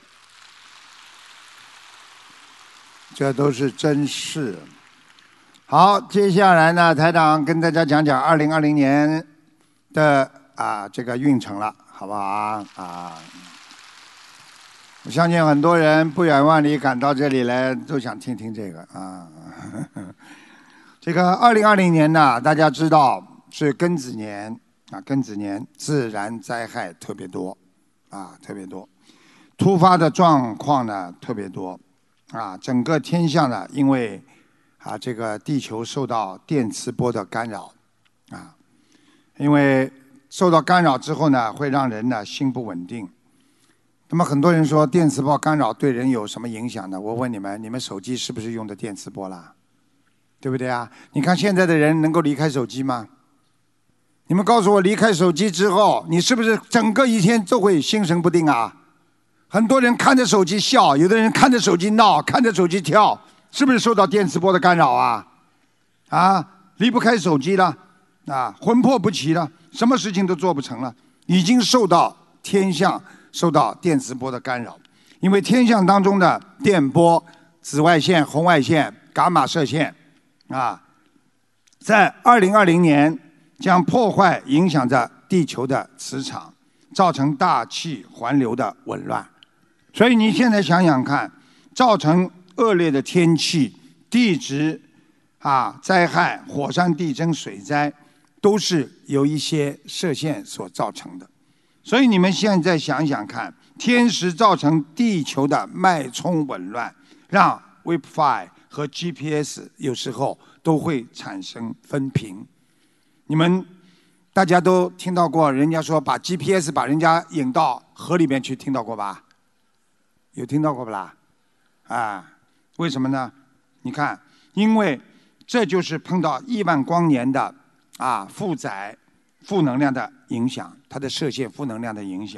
这都是真事。好，接下来呢，台长跟大家讲讲二零二零年的啊这个运程了，好不好啊？啊，我相信很多人不远万里赶到这里来，都想听听这个啊。这个二零二零年呢，大家知道是庚子年啊，庚子年自然灾害特别多啊，特别多，突发的状况呢特别多啊，整个天象呢，因为啊这个地球受到电磁波的干扰啊，因为受到干扰之后呢，会让人呢心不稳定。那么很多人说电磁波干扰对人有什么影响呢？我问你们，你们手机是不是用的电磁波啦？对不对啊？你看现在的人能够离开手机吗？你们告诉我，离开手机之后，你是不是整个一天都会心神不定啊？很多人看着手机笑，有的人看着手机闹，看着手机跳，是不是受到电磁波的干扰啊？啊，离不开手机了，啊，魂魄不齐了，什么事情都做不成了，已经受到天象、受到电磁波的干扰。因为天象当中的电波、紫外线、红外线、伽马射线。啊，在二零二零年将破坏影响着地球的磁场，造成大气环流的紊乱。所以你现在想想看，造成恶劣的天气、地质啊灾害、火山地震、水灾，都是由一些射线所造成的。所以你们现在想想看，天时造成地球的脉冲紊乱，让 WiFi和 G P S 有时候都会产生分频。你们大家都听到过人家说把 G P S 把人家引到河里面去，听到过吧？有听到过不啦？啊，为什么呢？你看，因为这就是碰到亿万光年的啊负载、负能量的影响，它的射线负能量的影响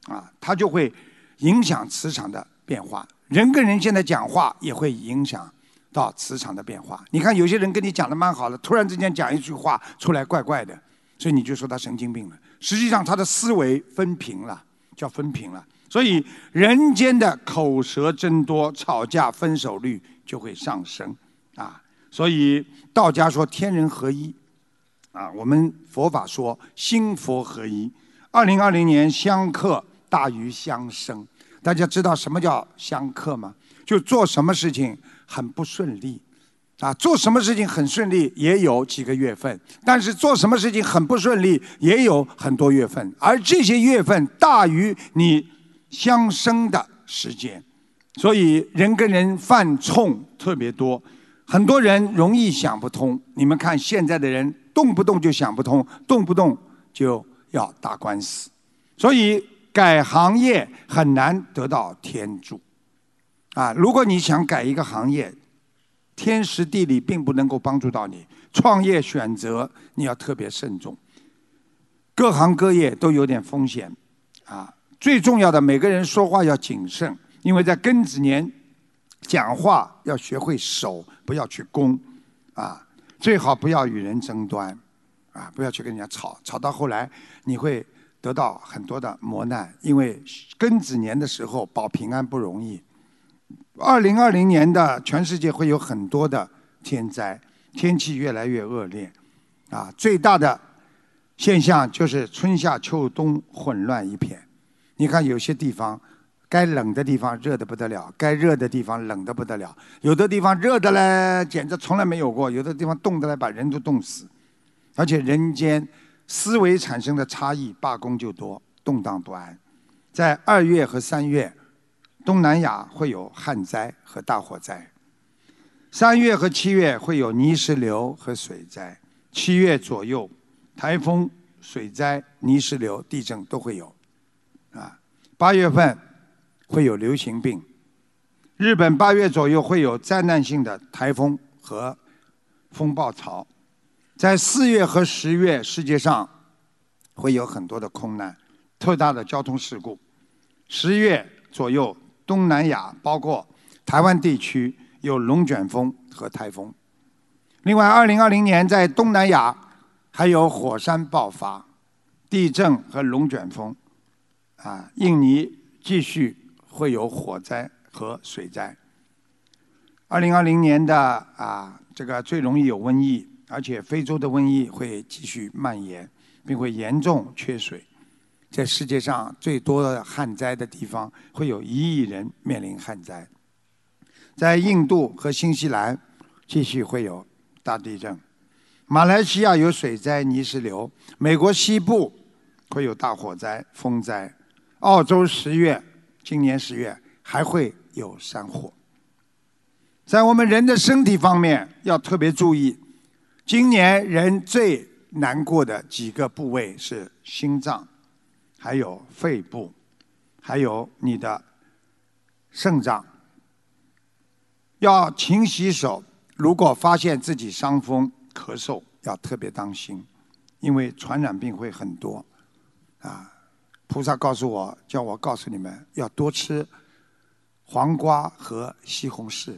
啊，它就会影响磁场的变化。人跟人现在讲话也会影响到磁场的变化。你看有些人跟你讲的蛮好的，突然之间讲一句话出来怪怪的，所以你就说他神经病了。实际上他的思维分屏了，叫分屏了。所以人间的口舌增多，吵架分手率就会上升啊。所以道家说天人合一啊，我们佛法说心佛合一。二零二零年相克大于相生，大家知道什么叫相克吗？就做什么事情很不顺利啊，做什么事情很顺利也有几个月份，但是做什么事情很不顺利也有很多月份，而这些月份大于你相生的时间，所以人跟人犯冲特别多，很多人容易想不通。你们看现在的人动不动就想不通，动不动就要打官司，所以改行业很难得到天助啊！如果你想改一个行业，天时地利并不能够帮助到你。创业选择你要特别慎重，各行各业都有点风险啊。最重要的，每个人说话要谨慎，因为在庚子年讲话要学会守，不要去攻啊。最好不要与人争端啊，不要去跟人家吵，吵到后来你会得到很多的磨难，因为庚子年的时候保平安不容易。二零二零年的全世界会有很多的天灾，天气越来越恶劣啊。最大的现象就是春夏秋冬混乱一片。你看有些地方该冷的地方热得不得了，该热的地方冷得不得了，有的地方热的嘞简直从来没有过，有的地方冻得来把人都冻死。而且人间思维产生的差异，罢工就多，动荡不安。在二月和三月，东南亚会有旱灾和大火灾；三月和七月会有泥石流和水灾；七月左右，台风、水灾、泥石流、地震都会有。啊，八月份会有流行病。日本八月左右会有灾难性的台风和风暴潮。在四月和十月，世界上会有很多的空难，特大的交通事故。十月左右，东南亚包括台湾地区有龙卷风和台风。另外，二零二零年在东南亚还有火山爆发、地震和龙卷风。啊，印尼继续会有火灾和水灾。二零二零年的啊，这个最容易有瘟疫。而且非洲的瘟疫会继续蔓延，并会严重缺水。在世界上最多的旱灾的地方，会有一亿人面临旱灾。在印度和新西兰继续会有大地震，马来西亚有水灾、泥石流，美国西部会有大火灾、风灾，澳洲十月，今年十月还会有山火。在我们人的身体方面要特别注意。今年人最难过的几个部位是心脏，还有肺部，还有你的肾脏。要勤洗手，如果发现自己伤风、咳嗽，要特别当心，因为传染病会很多。啊，菩萨告诉我，叫我告诉你们，要多吃黄瓜和西红柿。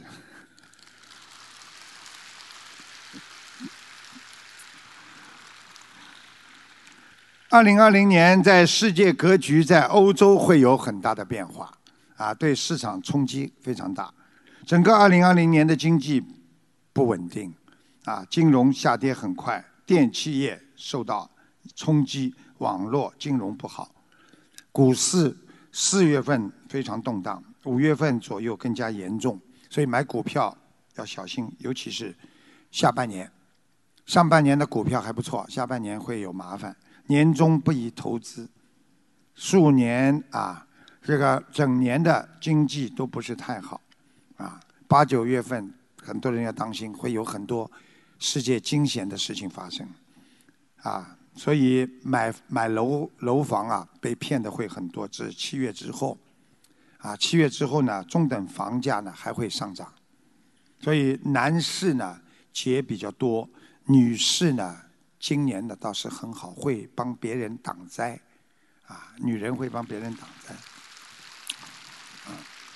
二零二零年在世界格局在欧洲会有很大的变化，啊，对市场冲击非常大。整个二零二零年的经济不稳定，啊，金融下跌很快，电器业受到冲击，网络金融不好，股市四月份非常动荡，五月份左右更加严重，所以买股票要小心，尤其是下半年。上半年的股票还不错，下半年会有麻烦。年终不宜投资，数年啊，这个整年的经济都不是太好，啊，八九月份很多人要当心，会有很多世界惊险的事情发生，啊，所以买买楼楼房啊，被骗的会很多。至七月之后，啊，七月之后呢，中等房价呢还会上涨，所以男士呢节比较多，女士呢。今年的倒是很好，会帮别人挡灾， 啊，女人会帮别人挡灾。啊，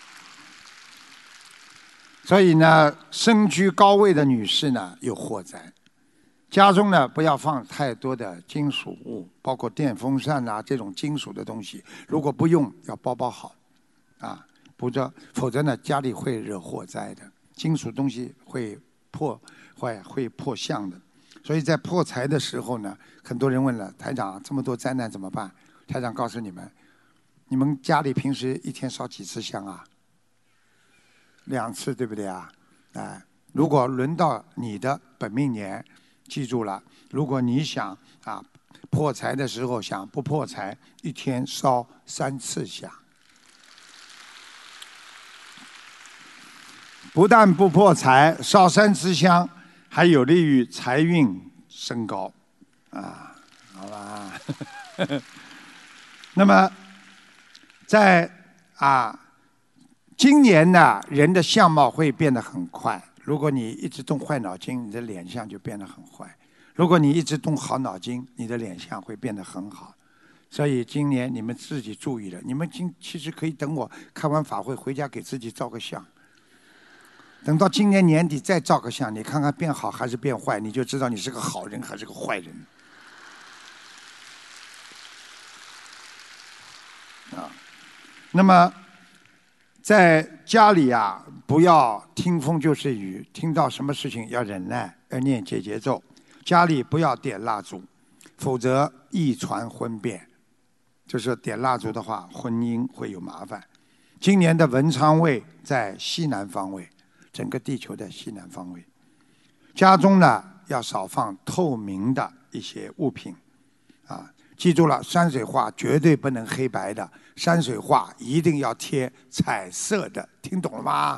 所以呢，身居高位的女士呢有祸灾。家中呢不要放太多的金属物，包括电风扇啊这种金属的东西，如果不用要包包好，啊，不则否则呢家里会惹祸灾的。金属东西会破会会破相的，所以在破财的时候呢，很多人问了台长，这么多灾难怎么办？台长告诉你们，你们家里平时一天烧几次香啊？两次，对不对啊？哎，如果轮到你的本命年。记住了，如果你想啊破财的时候想不破财，一天烧三次香，不但不破财，烧三次香还有利于财运升高，啊，好吧。那么在啊今年呢，人的相貌会变得很快。如果你一直动坏脑筋，你的脸相就变得很坏；如果你一直动好脑筋，你的脸相会变得很好。所以今年你们自己注意了，你们今其实可以等我看完法会回家给自己照个相，等到今年年底再照个相，你看看变好还是变坏，你就知道你是个好人还是个坏人。啊，那么。在家里啊，不要听风就是雨，听到什么事情要忍耐，要念解结咒。家里不要点蜡烛，否则易传婚变。就是点蜡烛的话，婚姻会有麻烦。今年的文昌位在西南方位，整个地球的西南方位。家中呢要少放透明的一些物品，啊。记住了，山水画绝对不能黑白的，山水画一定要贴彩色的，听懂了吗？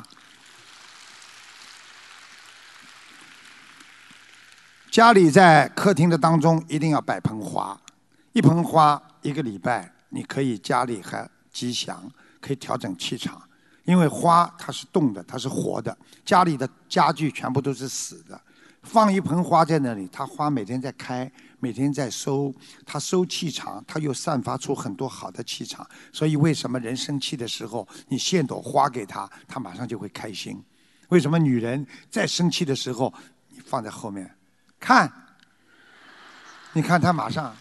家里在客厅的当中一定要摆盆花，一盆花一个礼拜，你可以家里还吉祥，可以调整气场。因为花它是动的，它是活的，家里的家具全部都是死的。放一盆花在那里，它花每天在开，每天在收，它收气场，它又散发出很多好的气场。所以为什么人生气的时候，你献朵花给他，他马上就会开心？为什么女人在生气的时候，你放在后面看，你看她马上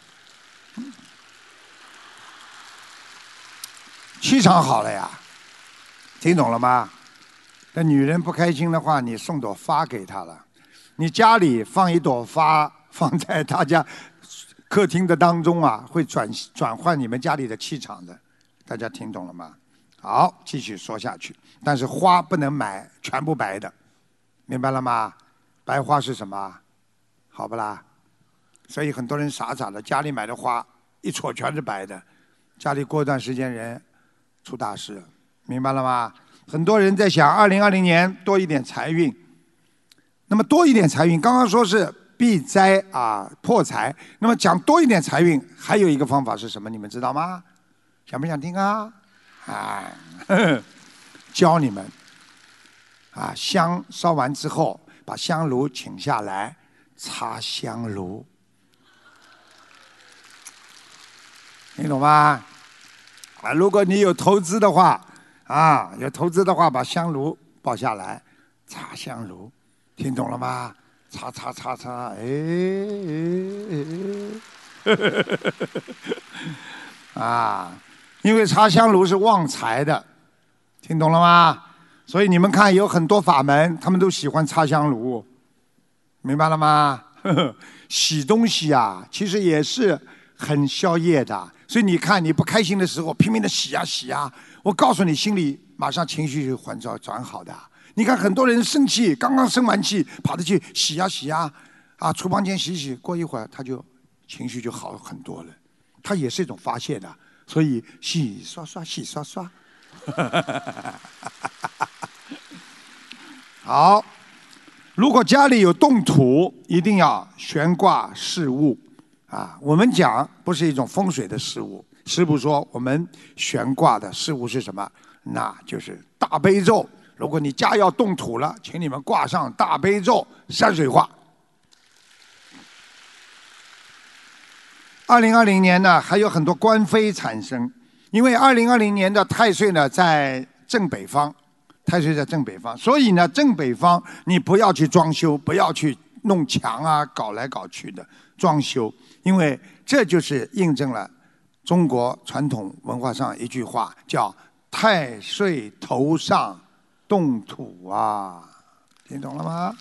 气场好了呀，听懂了吗？那女人不开心的话，你送朵花给她了。你家里放一朵花放在大家客厅的当中啊，会转转换你们家里的气场的，大家听懂了吗？好，继续说下去。但是花不能买全部白的，明白了吗？白花是什么？好不啦？所以很多人傻傻的，家里买的花一撮全是白的，家里过一段时间人出大事了，明白了吗？很多人在想，二零二零年多一点财运。那么多一点财运，刚刚说是避灾啊破财，那么讲多一点财运，还有一个方法是什么？你们知道吗？想不想听啊？啊，教你们啊，香烧完之后，把香炉请下来，插香炉，听懂吗？啊，如果你有投资的话，啊，有投资的话，把香炉抱下来，插香炉。听懂了吗？擦擦擦擦，哎哎哎，啊，因为插香炉是旺财的，听懂了吗？所以你们看，有很多法门，他们都喜欢插香炉，明白了吗？呵呵，洗东西啊，其实也是很消业的。所以你看，你不开心的时候，拼命的洗啊洗啊，我告诉你，心里马上情绪就缓转转好的。你看很多人生气，刚刚生完气，跑着去洗呀洗呀，啊，厨房间洗洗，过一会儿他就情绪就好很多了。它也是一种发泄的，所以洗刷刷，洗刷刷。好，如果家里有动土，一定要悬挂饰物啊。我们讲不是一种风水的饰物，师父说我们悬挂的饰物是什么？那就是大悲咒。如果你家要动土了，请你们挂上大悲咒山水画。 二零二零年呢还有很多官非产生，因为二零二零年的太岁呢在正北方，太岁在正北方，所以呢正北方你不要去装修，不要去弄墙啊，搞来搞去的装修，因为这就是印证了中国传统文化上一句话，叫太岁头上动土啊，听懂了吗？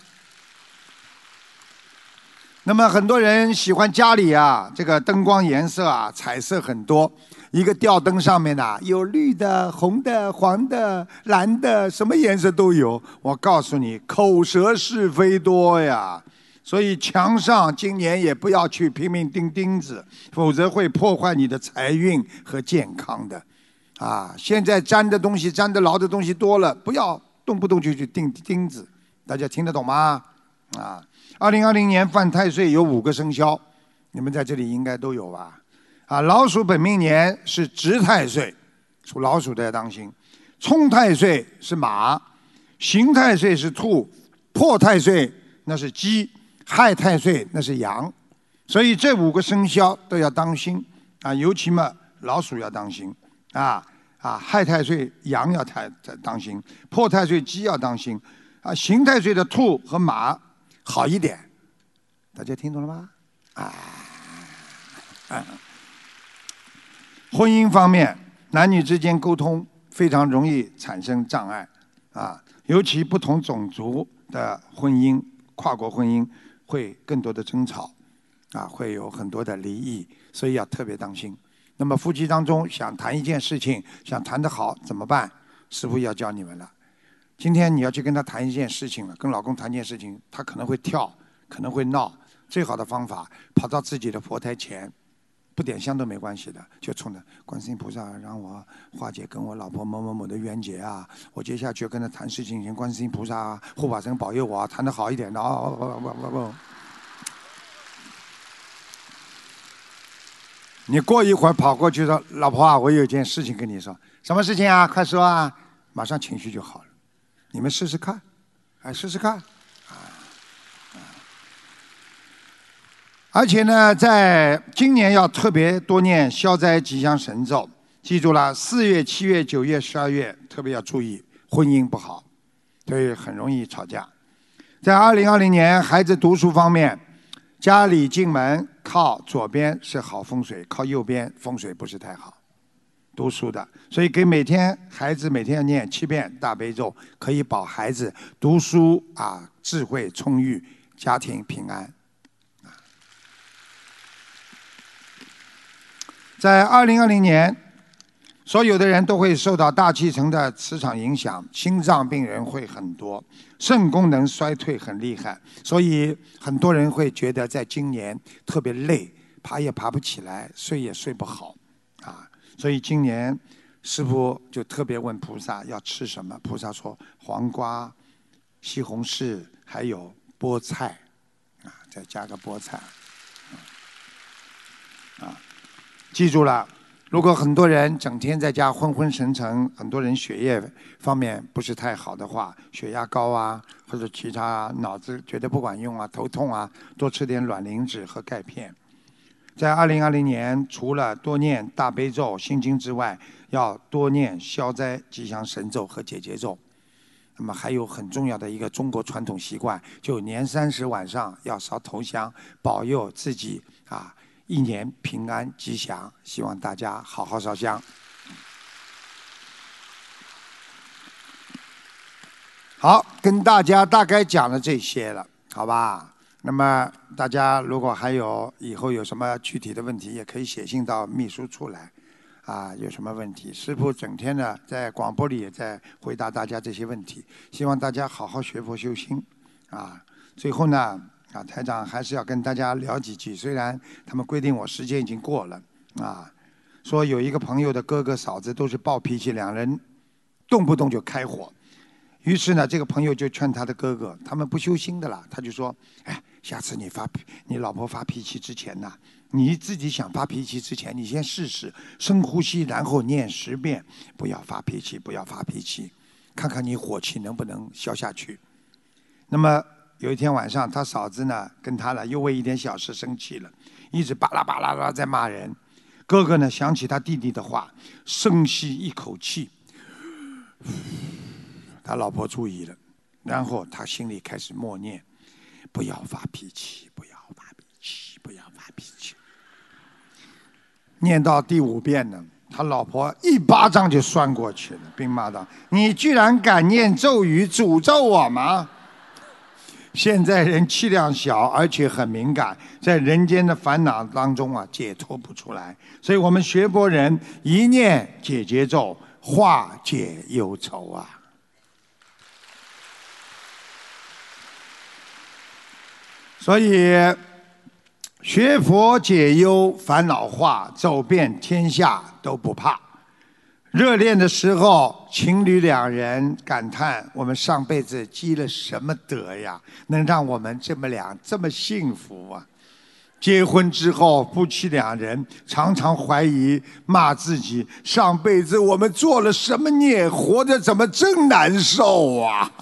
那么很多人喜欢家里啊，这个灯光颜色啊，彩色很多。一个吊灯上面呐、啊，有绿的、红的、黄的、蓝的，什么颜色都有。我告诉你，口舌是非多呀。所以墙上今年也不要去拼命钉钉子，否则会破坏你的财运和健康的。啊，现在粘的东西、粘的牢的东西多了，不要动不动就去钉钉子。大家听得懂吗？啊。二零二零年犯太岁有五个生肖，你们在这里应该都有吧？啊，老鼠本命年是值太岁，属老鼠的要当心；冲太岁是马，刑太岁是兔，破太岁那是鸡，害太岁那是羊。所以这五个生肖都要当心啊，尤其嘛老鼠要当心啊啊，害太岁羊要太当心，破太岁鸡要当心啊，刑太岁的兔和马。好一点，大家听懂了吗？啊，啊，婚姻方面，男女之间沟通非常容易产生障碍，啊，尤其不同种族的婚姻、跨国婚姻会更多的争吵，啊，会有很多的离异，所以要特别当心。那么夫妻当中想谈一件事情，想谈得好怎么办？师父要教你们了。今天你要去跟他谈一件事情了，跟老公谈一件事情，他可能会跳，可能会闹。最好的方法，跑到自己的佛台前，不点香都没关系的，就冲着观世音菩萨，让我化解跟我老婆某某某的冤结啊！我接下去跟他谈事情，请观世音菩萨啊、护法神保佑我、啊，谈得好一点的哦哦哦哦哦。你过一会儿跑过去说：“老婆啊，我有件事情跟你说，什么事情啊？快说啊！”马上情绪就好了。你们试试看，哎，试试看，啊，而且呢，在今年要特别多念消灾吉祥神咒，记住了，四月、七月、九月、十二月特别要注意婚姻不好，所以很容易吵架。在二零二零年，孩子读书方面，家里进门靠左边是好风水，靠右边风水不是太好。读书的，所以给每天孩子每天要念七遍大悲咒，可以保孩子读书啊，智慧充裕，家庭平安。在二零二零年，所有的人都会受到大气层的磁场影响，心脏病人会很多，肾功能衰退很厉害，所以很多人会觉得在今年特别累，爬也爬不起来，睡也睡不好啊。所以今年师父就特别问菩萨要吃什么，菩萨说黄瓜、西红柿还有菠菜，啊，再加个菠菜，啊，记住了。如果很多人整天在家昏昏沉沉，很多人血液方面不是太好的话，血压高啊，或者其他、啊、脑子觉得不管用啊，头痛啊，多吃点卵磷脂和钙片。在二零二零年，除了多念大悲咒、心经之外，要多念消灾吉祥神咒和解结咒。那么还有很重要的一个中国传统习惯，就年三十晚上要烧头香，保佑自己啊一年平安吉祥。希望大家好好烧香。好，跟大家大概讲了这些了，好吧？那么大家如果还有以后有什么具体的问题，也可以写信到秘书处来，啊，有什么问题，师父整天呢在广播里也在回答大家这些问题，希望大家好好学佛修心，啊，最后呢，啊，台长还是要跟大家聊几句，虽然他们规定我时间已经过了，啊，说有一个朋友的哥哥嫂子都是暴脾气，两人动不动就开火。于是呢，这个朋友就劝他的哥哥，他们不修心的啦，他就说：“哎，下次你发你老婆发脾气之前呢，你自己想发脾气之前，你先试试深呼吸，然后念十遍，不要发脾气，不要发脾气，看看你火气能不能消下去。”那么有一天晚上，他嫂子呢跟他呢又为一点小事生气了，一直巴拉巴拉巴拉在骂人。哥哥呢想起他弟弟的话，深吸一口气，他老婆注意了，然后他心里开始默念：不要发脾气，不要发脾气，不要发脾气。念到第五遍呢，他老婆一巴掌就扇过去了，并骂道：你居然敢念咒语诅咒我吗？现在人气量小，而且很敏感，在人间的烦恼当中啊，解脱不出来。所以我们学佛人一念解结咒，化解忧愁啊。所以学佛解忧，烦恼化，走遍天下都不怕。热恋的时候，情侣两人感叹我们上辈子积了什么德呀，能让我们这么俩这么幸福啊。结婚之后，夫妻两人常常怀疑，骂自己上辈子我们做了什么孽，活得怎么真难受啊。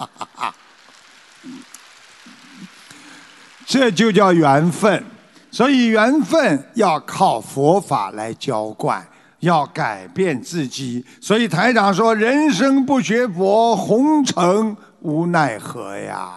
这就叫缘分。所以缘分要靠佛法来浇灌，要改变自己。所以台长说，人生不学佛，红尘无奈何呀。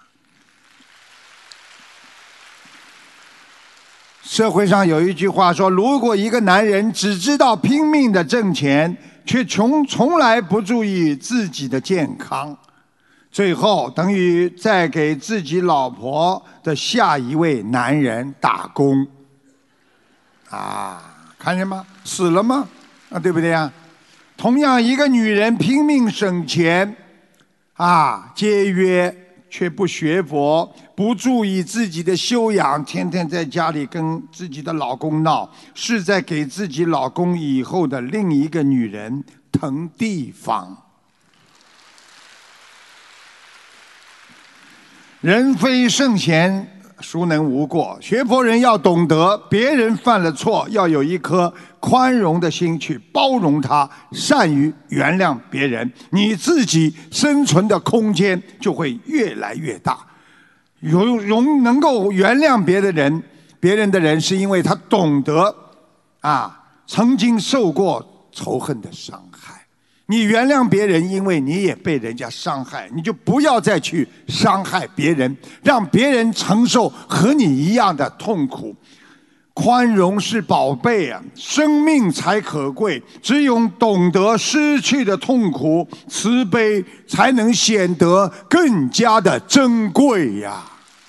社会上有一句话说，如果一个男人只知道拼命的挣钱，却从从来不注意自己的健康，最后等于在给自己老婆的下一位男人打工啊，看见吗？死了吗？啊，对不对呀？同样，一个女人拼命省钱啊，节约，却不学佛，不注意自己的修养，天天在家里跟自己的老公闹，是在给自己老公以后的另一个女人腾地方。人非圣贤，孰能无过？学佛人要懂得，别人犯了错，要有一颗宽容的心去包容他，善于原谅别人，你自己生存的空间就会越来越大。容容能够原谅别的人，别人的人，是因为他懂得啊，曾经受过仇恨的伤害。你原谅别人，因为你也被人家伤害，你就不要再去伤害别人，让别人承受和你一样的痛苦。宽容是宝贝啊，生命才可贵。只有懂得失去的痛苦，慈悲才能显得更加的珍贵呀。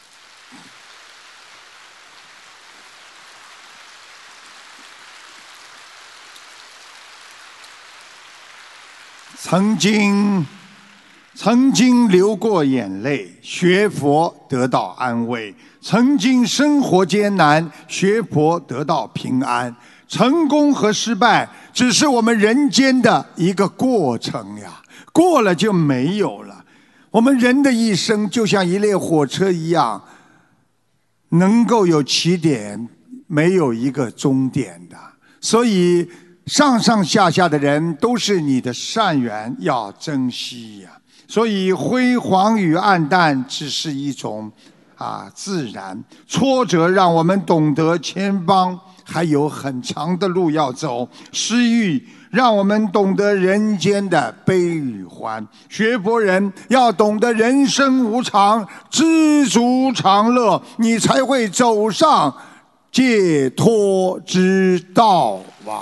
曾经，曾经流过眼泪，学佛得到安慰；曾经生活艰难，学佛得到平安。成功和失败，只是我们人间的一个过程呀，过了就没有了。我们人的一生就像一列火车一样，能够有起点，没有一个终点的。所以上上下下的人都是你的善缘，要珍惜呀。所以辉煌与暗淡只是一种啊自然，挫折让我们懂得谦邦，还有很长的路要走。失意让我们懂得人间的悲与欢。学佛人要懂得人生无常，知足常乐，你才会走上解脱之道啊。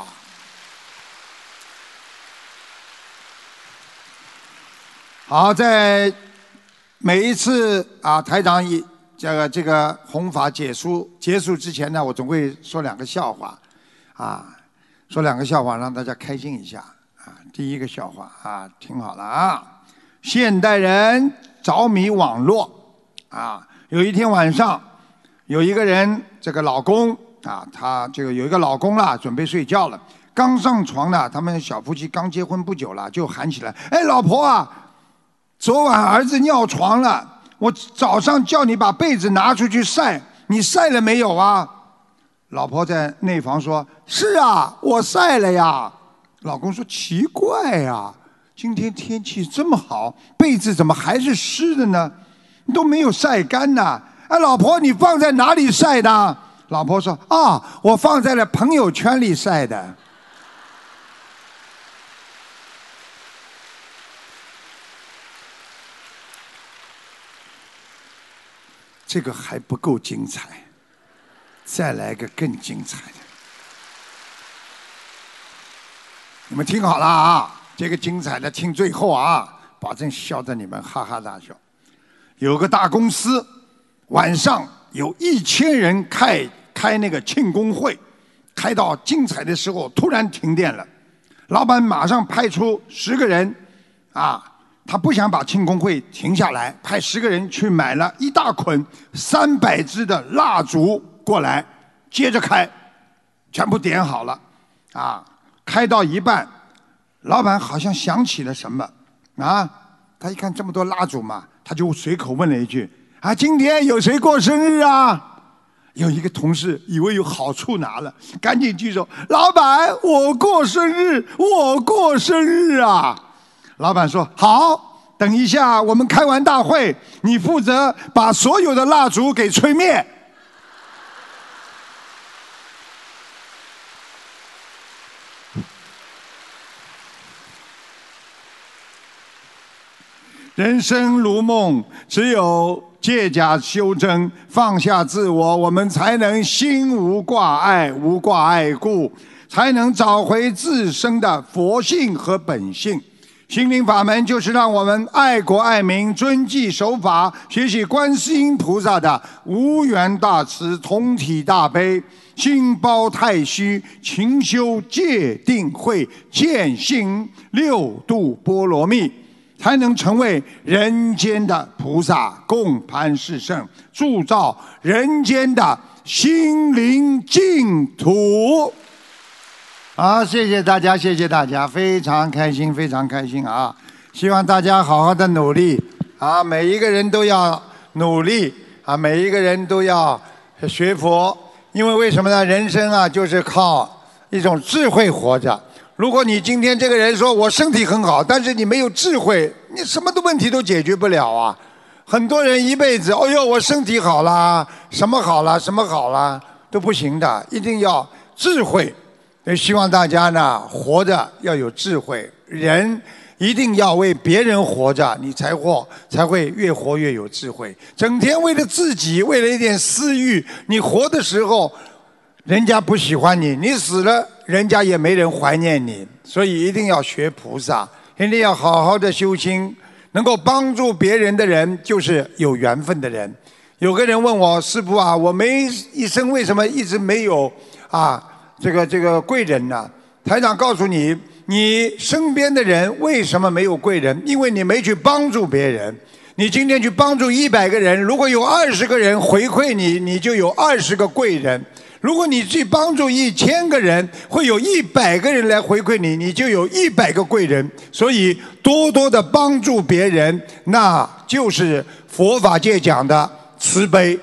好，在每一次啊台长一这个这个弘法结束结束之前呢，我总会说两个笑话，啊，说两个笑话让大家开心一下啊。第一个笑话啊，听好了啊，现代人着迷网络啊，有一天晚上，有一个人这个老公啊，他这个有一个老公啦，准备睡觉了，刚上床呢，他们小夫妻刚结婚不久了，就喊起来，哎，老婆啊！昨晚儿子尿床了，我早上叫你把被子拿出去晒，你晒了没有啊？老婆在内房说：“是啊，我晒了呀。”老公说：“奇怪呀，今天天气这么好，被子怎么还是湿的呢？ 都没有晒干呢。哎，老婆，你放在哪里晒的？老婆说啊，我放在了朋友圈里晒的。这个还不够精彩，再来个更精彩的。你们听好了啊，这个精彩的听最后啊，保证笑得你们哈哈大笑。有个大公司，晚上有一千人开开那个庆功会，开到精彩的时候，突然停电了。老板马上派出十个人，啊。他不想把庆功会停下来，派十个人去买了一大捆三百支的蜡烛过来，接着开，全部点好了，啊，开到一半，老板好像想起了什么，啊，他一看这么多蜡烛嘛，他就随口问了一句：“啊，今天有谁过生日啊？”有一个同事以为有好处拿了，赶紧举手：“老板，我过生日，我过生日啊！”老板说：“好，等一下我们开完大会，你负责把所有的蜡烛给吹灭。”人生如梦，只有借假修真，放下自我，我们才能心无挂碍，无挂碍故，才能找回自身的佛性和本性。心灵法门就是让我们爱国爱民、遵纪守法，学习观世音菩萨的无缘大慈、同体大悲，心包太虚，勤修戒定慧，践行六度波罗蜜，才能成为人间的菩萨，共攀世圣，铸造人间的心灵净土。好，谢谢大家，谢谢大家，非常开心，非常开心啊！希望大家好好的努力啊，每一个人都要努力啊，每一个人都要学佛，因为为什么呢？人生啊，就是靠一种智慧活着。如果你今天这个人说我身体很好，但是你没有智慧，你什么的问题都解决不了啊！很多人一辈子，哦哟，我身体好啦，什么好啦，什么好啦，都不行的，一定要智慧。也希望大家呢，活着要有智慧，人一定要为别人活着，你才活才会越活越有智慧。整天为了自己，为了一点私欲，你活的时候，人家不喜欢你，你死了，人家也没人怀念你。所以一定要学菩萨，一定要好好的修心，能够帮助别人的人，就是有缘分的人。有个人问我，师父啊，我没一生为什么一直没有啊？这个这个贵人呢？台长告诉你，你身边的人为什么没有贵人？因为你没去帮助别人。你今天去帮助一百个人，如果有二十个人回馈你，你就有二十个贵人；如果你去帮助一千个人，会有一百个人来回馈你，你就有一百个贵人。所以多多的帮助别人，那就是佛法界讲的慈悲。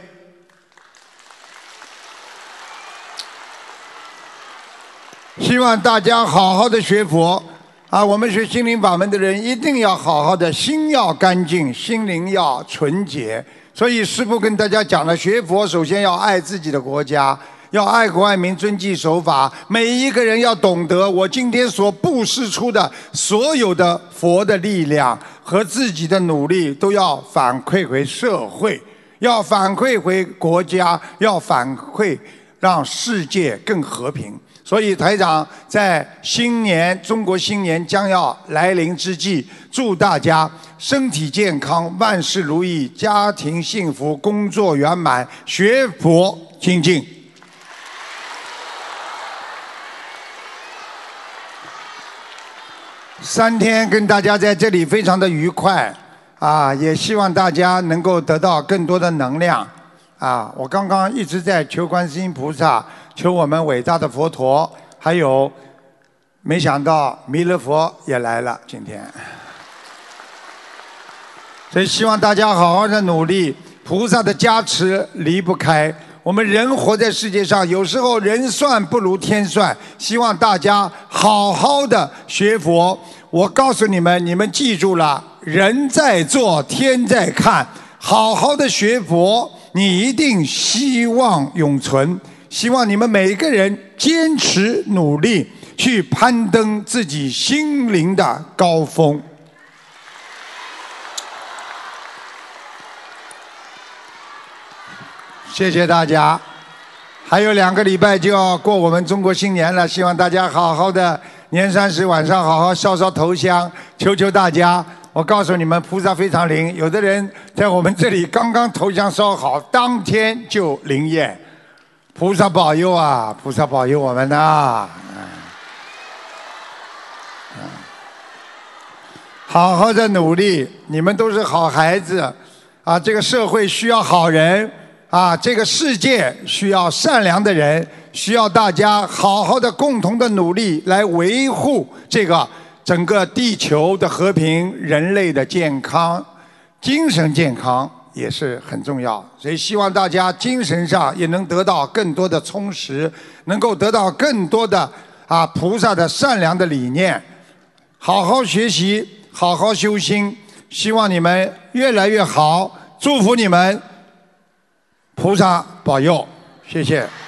希望大家好好的学佛啊！我们学心灵法门的人一定要好好的，心要干净，心灵要纯洁。所以师父跟大家讲了，学佛首先要爱自己的国家，要爱国爱民，遵纪守法。每一个人要懂得，我今天所布施出的所有的佛的力量和自己的努力，都要反馈回社会，要反馈回国家，要反馈让世界更和平。所以台长在新年，中国新年将要来临之际，祝大家身体健康，万事如意，家庭幸福，工作圆满，学佛精进。三天跟大家在这里非常的愉快啊，也希望大家能够得到更多的能量啊！我刚刚一直在求观世音菩萨，求我们伟大的佛陀，还有没想到弥勒佛也来了今天，所以希望大家好好的努力，菩萨的加持离不开我们。人活在世界上，有时候人算不如天算，希望大家好好的学佛。我告诉你们，你们记住了，人在做天在看， 好好的学佛，你一定希望永存。希望你们每个人坚持努力，去攀登自己心灵的高峰。谢谢大家。还有两个礼拜就要过我们中国新年了，希望大家好好的年三十晚上好好烧烧头香，求求大家。我告诉你们，菩萨非常灵，有的人在我们这里刚刚头香烧好，当天就灵验。菩萨保佑啊！菩萨保佑我们呐！好好的努力，你们都是好孩子啊！这个社会需要好人啊！这个世界需要善良的人，需要大家好好的共同的努力来维护这个整个地球的和平、人类的健康、精神健康。也是很重要，所以希望大家精神上也能得到更多的充实，能够得到更多的啊菩萨的善良的理念，好好学习，好好修心，希望你们越来越好，祝福你们，菩萨保佑，谢谢。